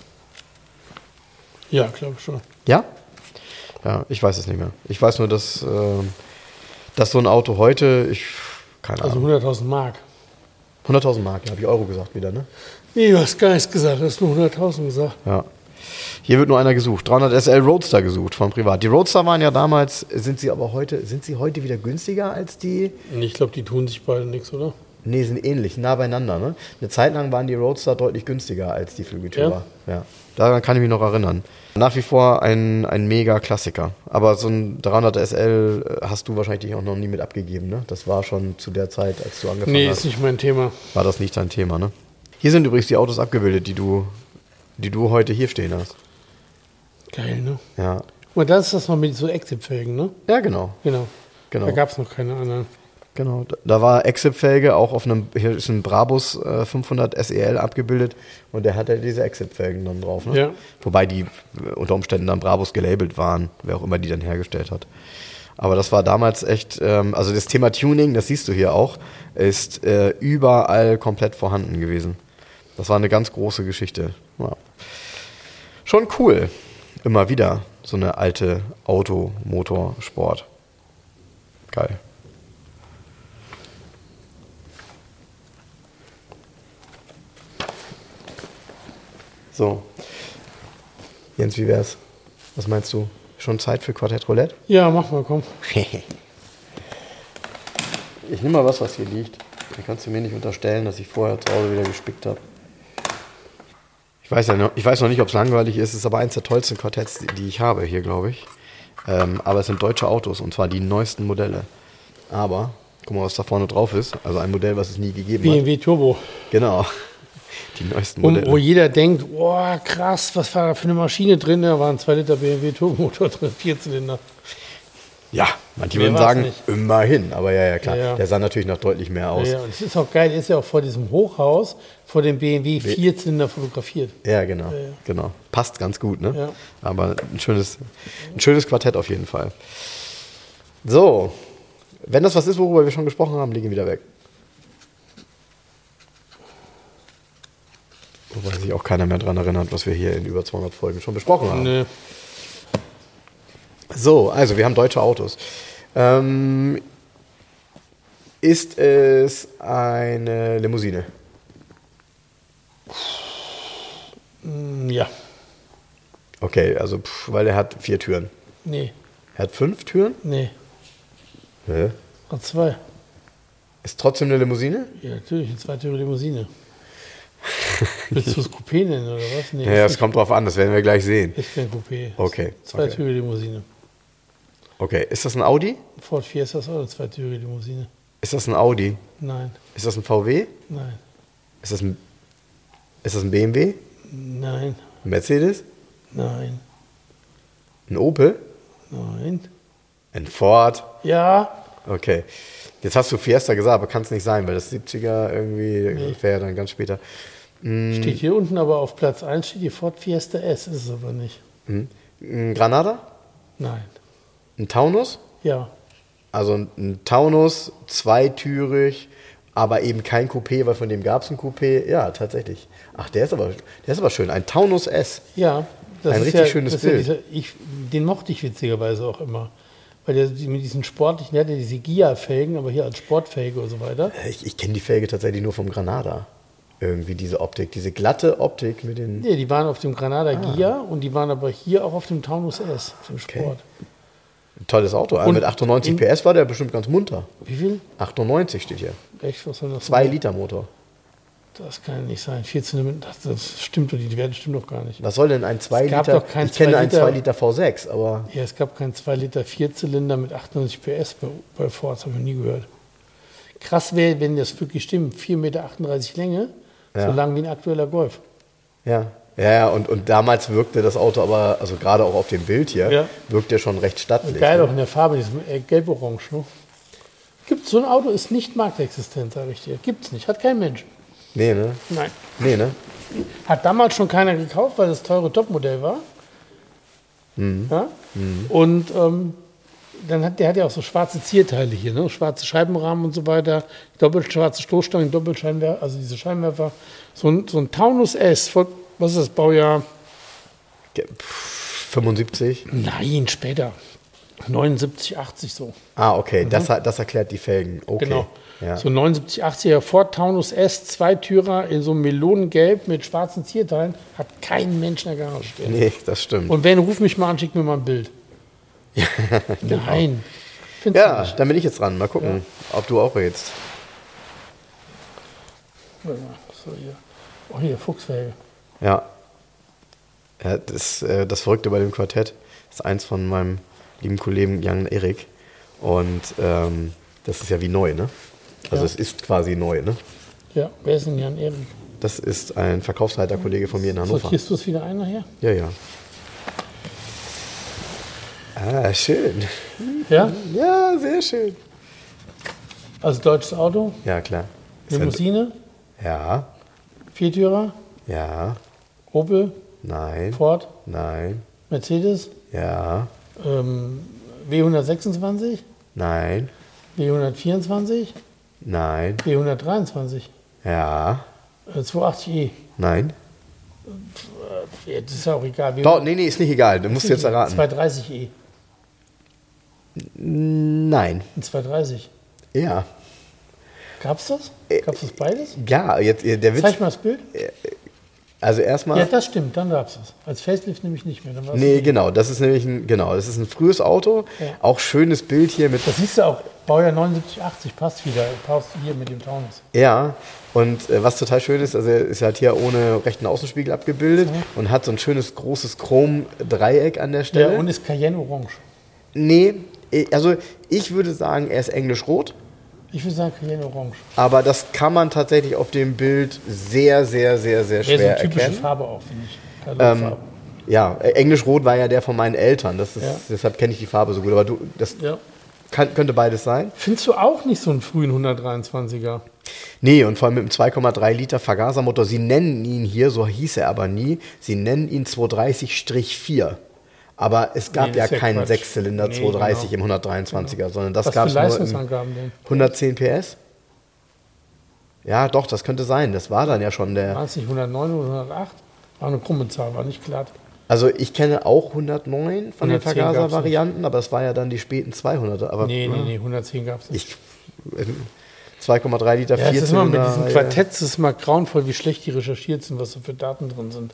Ja, glaube ich schon. Ja? Ja, ich weiß es nicht mehr. Ich weiß nur, dass so ein Auto heute, keine Ahnung. Also 100.000 Mark. 100.000 Mark, ja, habe ich Euro gesagt wieder, ne? Nee, du hast gar nichts gesagt, du hast nur 100.000 gesagt. Ja. Hier wird nur einer gesucht. 300 SL Roadster gesucht von privat. Die Roadster waren ja damals, sind sie heute wieder günstiger als die? Ich glaube, die tun sich beide nichts, oder? Nee, sind ähnlich, nah beieinander. Ne? Eine Zeit lang waren die Roadster deutlich günstiger als die Flügeltürer. Ja. Daran kann ich mich noch erinnern. Nach wie vor ein mega Klassiker. Aber so ein 300 SL hast du wahrscheinlich auch noch nie mit abgegeben. Ne? Das war schon zu der Zeit, als du angefangen hast. Nee, ist nicht mein Thema. War das nicht dein Thema, ne? Hier sind übrigens die Autos abgebildet, die du heute hier stehen hast. Geil, ne? Ja. Und das ist das noch mit so Exit-Felgen, ne? Ja, genau. Da gab es noch keine anderen. Genau, da war Exit-Felge auch hier ist ein Brabus 500 SEL abgebildet und der hatte diese Exit-Felgen dann drauf. Ne? Ja. Wobei die unter Umständen dann Brabus gelabelt waren, wer auch immer die dann hergestellt hat. Aber das war damals echt, also das Thema Tuning, das siehst du hier auch, ist überall komplett vorhanden gewesen. Das war eine ganz große Geschichte. Ja. Schon cool, immer wieder. so eine alte Auto-Motorsport. Geil. So. Jens, wie wär's? Was meinst du? Schon Zeit für Quartett Roulette? Ja, mach mal, komm. Ich nehme mal was hier liegt. Da kannst du mir nicht unterstellen, dass ich vorher zu Hause wieder gespickt habe. Ich weiß noch nicht, ob es langweilig ist. Es ist aber eins der tollsten Quartetts, die ich habe hier, glaube ich. Aber es sind deutsche Autos und zwar die neuesten Modelle. Aber, guck mal, was da vorne drauf ist. Also ein Modell, was es nie gegeben hat. BMW Turbo. Genau. Die neuesten Modelle. Wo jeder denkt, oh krass, was war da für eine Maschine drin? Da waren 2 Liter BMW Turbomotor drin, 4 Zylinder. Ja, manche Mehr würden war's sagen, nicht. immerhin. Aber ja, klar. Ja. Der sah natürlich noch deutlich mehr aus. Ja, und es ist auch geil, ist ja auch vor diesem Hochhaus, vor dem BMW 4-Zylinder fotografiert. Ja, genau. Genau. Passt ganz gut, ne? Ja. Aber ein schönes Quartett auf jeden Fall. So. Wenn das was ist, worüber wir schon gesprochen haben, legen wir wieder weg. Wobei sich auch keiner mehr daran erinnert, was wir hier in über 200 Folgen schon besprochen haben. Nee. So, also wir haben deutsche Autos. Ist es eine Limousine? Ja. Okay, also weil er hat 4 Türen. Nee. Er hat 5 Türen? Nee. Ja. Hat 2. Ist trotzdem eine Limousine? Ja, natürlich, eine zweitürige Limousine. Willst du es Coupé nennen oder was? Nee, Ja, es kommt drauf an, das werden wir gleich sehen. ist kein Coupé. Okay, Zweitürige Limousine. Okay, ist das ein Audi? Ford Fiesta ist auch eine zweitürige Limousine. Ist das ein Audi? Nein, Ist das ein VW? nein, Ist das ein BMW? nein, Ein Mercedes? nein, Ein Opel? nein. Ein Ford? Ja, Okay. Jetzt hast du Fiesta gesagt, aber kann es nicht sein, weil das 70er irgendwie wäre ja dann ganz später. steht hier unten aber auf Platz 1 steht die Ford Fiesta S, ist es aber nicht. Ein Granada? Nein. Ein Taunus? Ja, Also ein Taunus, zweitürig, aber eben kein Coupé, weil von dem gab es ein Coupé. Ja, tatsächlich. Ach, der ist aber schön. Ein Taunus S. ja. Ein richtig schönes das Bild. ist ja den mochte ich witzigerweise auch immer. Weil der mit diesen sportlichen, der hat ja diese Gia-Felgen, aber hier als Sportfelge und so weiter. Ich kenne die Felge tatsächlich nur vom Granada. Irgendwie diese Optik, diese glatte Optik mit den... Nee, die waren auf dem Granada Gia und die waren aber hier auch auf dem Taunus S, auf dem Sport. Tolles Auto. Und mit 98 PS war der bestimmt ganz munter. Wie viel? 98 steht hier. Echt, was soll das 2 sein? Liter Motor. Das kann ja nicht sein. 14, das stimmt doch, die Werte stimmen doch gar nicht. Was soll denn ein 2 Es gab Liter? doch kein Ich kenne 2 einen Liter. 2 Liter V6, aber Ja, es gab keinen 2 Liter Vierzylinder mit 98 PS bei Ford, das habe ich noch nie gehört. Krass wäre, wenn das wirklich stimmt, 4,38 Meter Länge, Ja. so lang wie ein aktueller Golf. ja, und damals wirkte das Auto aber, also gerade auch auf dem Bild hier, Ja. wirkt der schon recht stattlich. Geil ne? auch in der Farbe, diesem gelb-orange. Ne? Gibt so ein Auto, ist nicht marktexistent, sage ich dir. Gibt's nicht, hat kein Mensch. Nee, ne? Nein. Nee, ne? Hat damals schon keiner gekauft, weil das teure Topmodell war. Ja? Und der hat ja auch so schwarze Zierteile hier, ne? Schwarze Scheibenrahmen und so weiter, schwarze Stoßstangen, Doppelscheinwerfer, also diese Scheinwerfer. So ein Taunus S, was ist das Baujahr? 75? Nein, später. 79, 80 so. Ah, okay, das erklärt die Felgen. Okay. Genau. Ja. So 79, 80er Ford Taunus S, Zweitürer in so einem Melonengelb mit schwarzen Zierteilen, hat kein Mensch in der Garage stehen. Nee, das stimmt. Und wenn, ruf mich mal an, schick mir mal ein Bild. Nein. Findest du Ja, nicht? dann bin ich jetzt dran. Mal gucken, ob du auch jetzt. Warte mal, so hier. Oh, hier, Fuchsfelge. Ja. Ja, das Verrückte bei dem Quartett ist eins von meinem lieben Kollegen Jan Erik. Und das ist ja wie neu, ne? Also Ja. es ist quasi neu, ne? Ja, wer ist denn Jan Erik? Das ist ein Verkaufsleiterkollege von mir in Hannover. Sortierst du es wieder ein nachher? Ja, ja. Ah, schön. Ja? Ja, sehr schön. Also deutsches Auto, Ja, klar. Ist Limousine, Ja, Viertürer, ja, Opel, nein, Ford, nein, Mercedes, ja, W126, nein, W124, nein, W123, ja, 280e, nein, das ist ja auch egal. Doch, nee, ist nicht egal. Du musst jetzt erraten. 230e. Nein. Ein 230. Ja. Gab's das? Gab's das beides? Ja, jetzt der Witz. Zeig mal das Bild. Also erstmal. Ja, das stimmt, dann gab's das. Als Facelift nämlich nicht mehr. Dann war's Nee, nicht. genau. Das ist nämlich das ist ein frühes Auto. Ja. Auch schönes Bild hier mit. Das siehst du auch, Baujahr 79, 80, passt wieder. Passt hier mit dem Taunus. Ja. Und was total schön ist, also er ist halt hier ohne rechten Außenspiegel abgebildet und hat so ein schönes großes Chrom-Dreieck an der Stelle. Ja, und ist Cayenne Orange. Nee, also ich würde sagen, er ist englisch-rot. Ich würde sagen Cayenne Orange. Aber das kann man tatsächlich auf dem Bild sehr, sehr, sehr, sehr schwer Wäre so eine typische erkennen. Farbe auch, finde ich. Farbe. Ja, englisch-rot war ja der von meinen Eltern. Das ist, Ja. Deshalb kenne ich die Farbe so gut. Aber das Ja. könnte beides sein. Findest du auch nicht so einen frühen 123er? Nee, und vor allem mit einem 2,3 Liter Vergasermotor. Sie nennen ihn hier, so hieß er aber nie, sie nennen ihn 230-4. Aber es gab Nee, ja das ist ja keinen Quatsch. Sechszylinder Nee, 230 genau. im 123er, sondern das Was gab für es nur im Leistungsangaben denn? 110 PS. Ja, doch, das könnte sein. Das war dann ja schon der. War es nicht 109 oder 108? War eine krumme Zahl, war nicht glatt. Also ich kenne auch 109 von den 110 Vergaser-Varianten, aber das war ja dann die späten 200er. Aber Nee, 110 gab es nicht. 2,3 Liter Ja, es ist immer mit Vierzylinder. diesen Quartetts, es ist mal grauenvoll, wie schlecht die recherchiert sind, was da für Daten drin sind.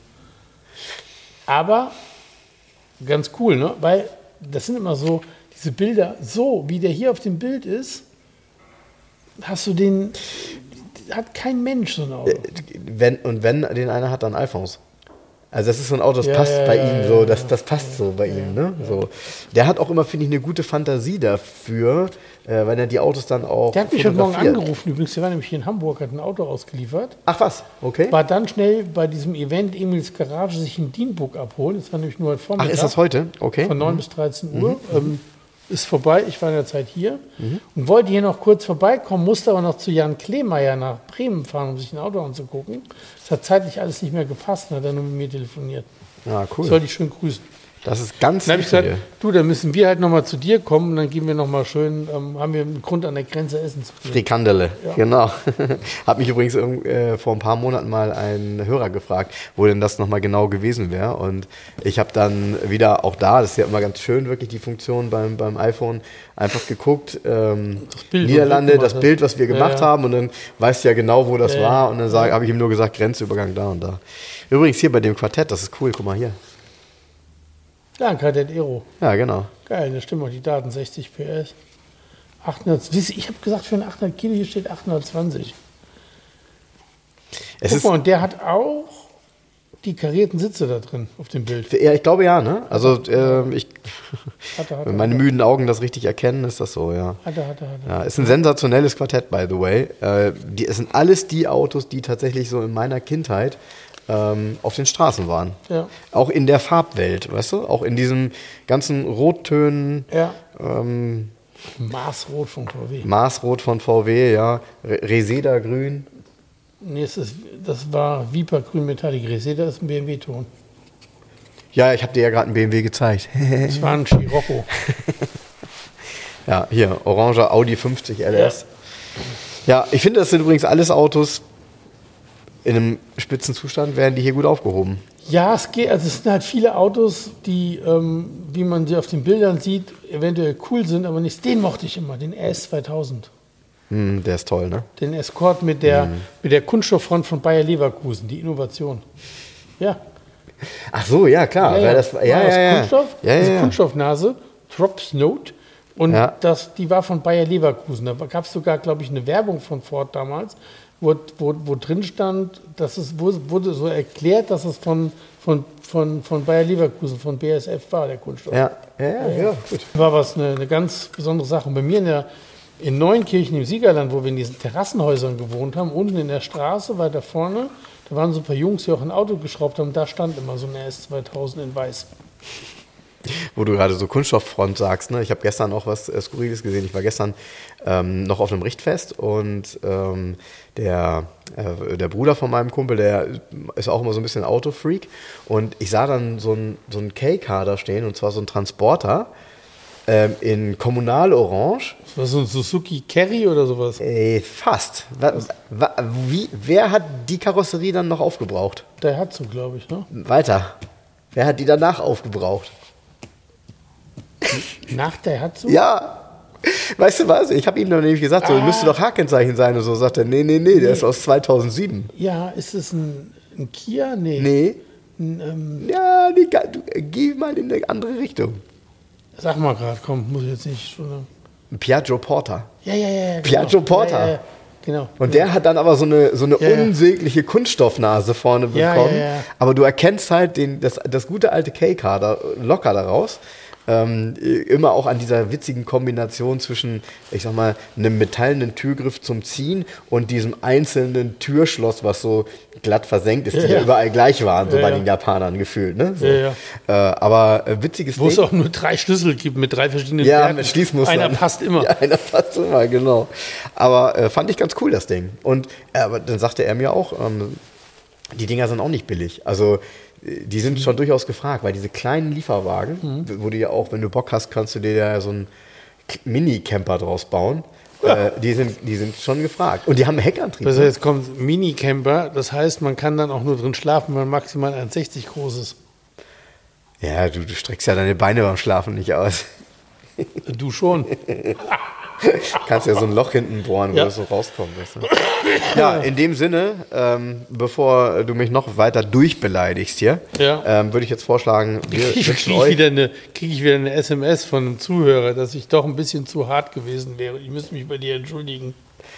Aber ganz cool, ne? Weil das sind immer so, diese Bilder, so wie der hier auf dem Bild ist, hast du den, hat kein Mensch so ein Auto. Wenn den einer hat, dann Alphons. Also das ist so ein Auto, das Ja, passt ja, bei ja, ihm ja, so, ja. das passt so bei ihm. Ne? So. Der hat auch immer, finde ich, eine gute Fantasie dafür, weil er die Autos dann auch Der hat mich heute Morgen fotografiert. angerufen, übrigens, der war nämlich hier in Hamburg, hat ein Auto ausgeliefert. Ach was, okay. War dann schnell bei diesem Event Emils Garage sich ein DIN-Book abholen. Das war nämlich nur heute Ach, Vormittag. ist das heute? Okay. Von 9 bis 13 Uhr. Ist vorbei, ich war in der Zeit hier und wollte hier noch kurz vorbeikommen, musste aber noch zu Jan Kleemeyer nach Bremen fahren, um sich ein Auto anzugucken. Das hat zeitlich alles nicht mehr gepasst, dann hat er nur mit mir telefoniert. Ja, cool. Soll ich schön grüßen. Das ist ganz Dann habe ich lieb von gesagt, du, dann müssen wir halt nochmal zu dir kommen und dann gehen wir nochmal schön, haben wir einen Grund an der Grenze essen zu gehen. Frikandele, Ja. genau. Hat mich übrigens vor ein paar Monaten mal ein Hörer gefragt, wo denn das nochmal genau gewesen wäre. Und ich habe dann wieder auch da, das ist ja immer ganz schön, wirklich die Funktion beim iPhone, einfach geguckt, Bild, Niederlande, was du das gemacht Bild, was wir gemacht ja. haben. Und dann weißt du ja genau, wo das Ja, war. Und dann habe ich ihm nur gesagt, Grenzübergang da und da. Übrigens hier bei dem Quartett, das ist cool, guck mal hier. Ja, ein Kadett Aero. Ja, genau. Geil, da stimmen auch die Daten, 60 PS. 800, ich habe gesagt, für einen 800 Kilo, hier steht 820. Es Guck ist, mal, und der hat auch die karierten Sitze da drin auf dem Bild. ja, ich glaube ja, ne? Also Hatte, wenn meine müden Augen das richtig erkennen, ist das so, ja. Hatte. Ja, ist ein sensationelles Quartett, by the way. Es sind alles die Autos, die tatsächlich so in meiner Kindheit auf den Straßen waren. Ja. Auch in der Farbwelt, weißt du? Auch in diesen ganzen Rottönen, Ja. Maßrot von VW. Maßrot von VW, ja. Reseda-Grün. Nee, das war Viper Grün Metallic. Reseda ist ein BMW-Ton. Ja, ich habe dir ja gerade einen BMW gezeigt. Das war ein Scirocco. Ja, hier, oranger Audi 50 LS. Ja, ich finde, das sind übrigens alles Autos in einem Spitzenzustand, werden die hier gut aufgehoben. Ja, es geht. Also es sind halt viele Autos, die, wie man sie auf den Bildern sieht, eventuell cool sind, aber nicht. Den mochte ich immer, den RS 2000. Der ist toll, ne? Den Escort mit der Kunststofffront von Bayer Leverkusen, die Innovation. Ja. Ach so, ja, klar. Weil das, War aus Kunststoff, Ja, diese ja. Kunststoffnase, Drops Note. Und Ja. die war von Bayer Leverkusen. Da gab es sogar, glaube ich, eine Werbung von Ford damals, wo drin stand, wurde so erklärt, dass es von Bayer Leverkusen, von BASF war, der Kunststoff. Ja, gut. War eine ganz besondere Sache. Und bei mir in Neunkirchen im Siegerland, wo wir in diesen Terrassenhäusern gewohnt haben, unten in der Straße, weiter vorne, da waren so ein paar Jungs, die auch ein Auto geschraubt haben. Da stand immer so eine S2000 in weiß. Wo du gerade so Kunststofffront sagst, ne? Ich habe gestern auch was Skurriles gesehen. Ich war gestern noch auf einem Richtfest und der Bruder von meinem Kumpel, der ist auch immer so ein bisschen Autofreak und ich sah dann so ein K-Car da stehen und zwar so ein Transporter in Kommunalorange. Was so ein Suzuki Carry oder sowas? Fast. Wer hat die Karosserie dann noch aufgebraucht? Daihatsu, glaube ich, ne? Weiter. Wer hat die danach aufgebraucht? Nach Daihatsu? Ja. Weißt du was? Ich habe ihm dann nämlich gesagt, so müsste doch H-Kennzeichen sein und so. Sagt er, nee, der ist aus 2007. Ja, ist es ein Kia? Nee. Ja, geh mal in eine andere Richtung. Sag mal gerade, komm, muss ich jetzt nicht schon. Ein Piaggio Porter. Ja. Piaggio Porter. Ja, genau. Und der hat dann aber so eine unsägliche Kunststoffnase vorne bekommen. Ja. Aber du erkennst halt das gute alte K-Car da locker daraus. Immer auch an dieser witzigen Kombination zwischen, ich sag mal, einem metallenen Türgriff zum Ziehen und diesem einzelnen Türschloss, was so glatt versenkt ist, die ja überall gleich waren, so bei den Japanern gefühlt. Ne? So. Aber witziges Ding. Wo es auch nur 3 Schlüssel gibt mit 3 verschiedenen Werten. Mit Schließmustern. Einer passt immer. Ja, einer passt immer, genau. Aber fand ich ganz cool, das Ding. Und aber dann sagte er mir auch, die Dinger sind auch nicht billig. Also die sind schon durchaus gefragt, weil diese kleinen Lieferwagen, wo du ja auch, wenn du Bock hast, kannst du dir ja so einen Mini-Camper draus bauen. Die sind schon gefragt. Und die haben einen Heckantrieb. Also jetzt kommt Mini-Camper, das heißt, man kann dann auch nur drin schlafen, weil maximal 1,60 groß ist. Ja, du streckst ja deine Beine beim Schlafen nicht aus. Du schon. Kannst ja so ein Loch hinten bohren, wo das so rauskommt. Weißt du? Ja, in dem Sinne, bevor du mich noch weiter durchbeleidigst hier, würde ich jetzt vorschlagen, wir wünschen euch... Kriege ich wieder eine SMS von einem Zuhörer, dass ich doch ein bisschen zu hart gewesen wäre. Ich müsste mich bei dir entschuldigen.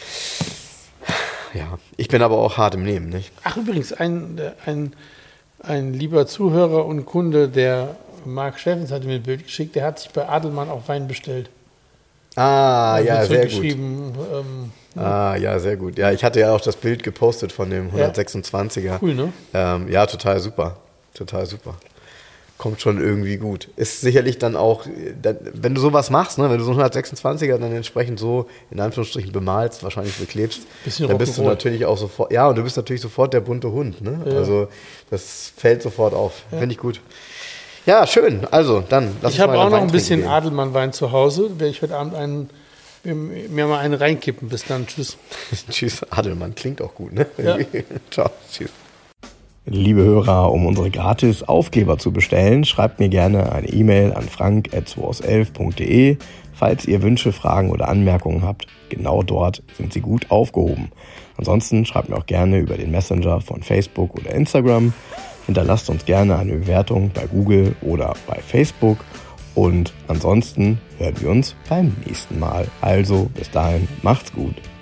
Ja, ich bin aber auch hart im Nehmen, nicht? Ach, übrigens, ein lieber Zuhörer und Kunde, der Marc Steffens hat mir ein Bild geschickt, der hat sich bei Adelmann auch Wein bestellt. Ah, ja, sehr gut. Ja, sehr gut. Ja, ich hatte ja auch das Bild gepostet von dem 126er. Cool, ne? Ja, total super. Kommt schon irgendwie gut. Ist sicherlich dann auch, wenn du sowas machst, ne, wenn du so einen 126er dann entsprechend so in Anführungsstrichen bemalst, wahrscheinlich beklebst, dann bist du natürlich auch sofort, und du bist natürlich sofort der bunte Hund. Ne? Ja. Also das fällt sofort auf. Ja. Finde ich gut. Ja, schön. Also, dann lass uns mal. Ich habe auch noch ein bisschen Adelmann-Wein zu Hause. Werde ich heute Abend mir mal einen reinkippen. Bis dann. Tschüss. Tschüss. Adelmann klingt auch gut, ne? Ja. Ciao. Tschüss. Liebe Hörer, um unsere gratis Aufkleber zu bestellen, schreibt mir gerne eine E-Mail an frank@2aus11.de. Falls ihr Wünsche, Fragen oder Anmerkungen habt, genau dort sind sie gut aufgehoben. Ansonsten schreibt mir auch gerne über den Messenger von Facebook oder Instagram. Hinterlasst uns gerne eine Bewertung bei Google oder bei Facebook. Und ansonsten hören wir uns beim nächsten Mal. Also bis dahin, macht's gut.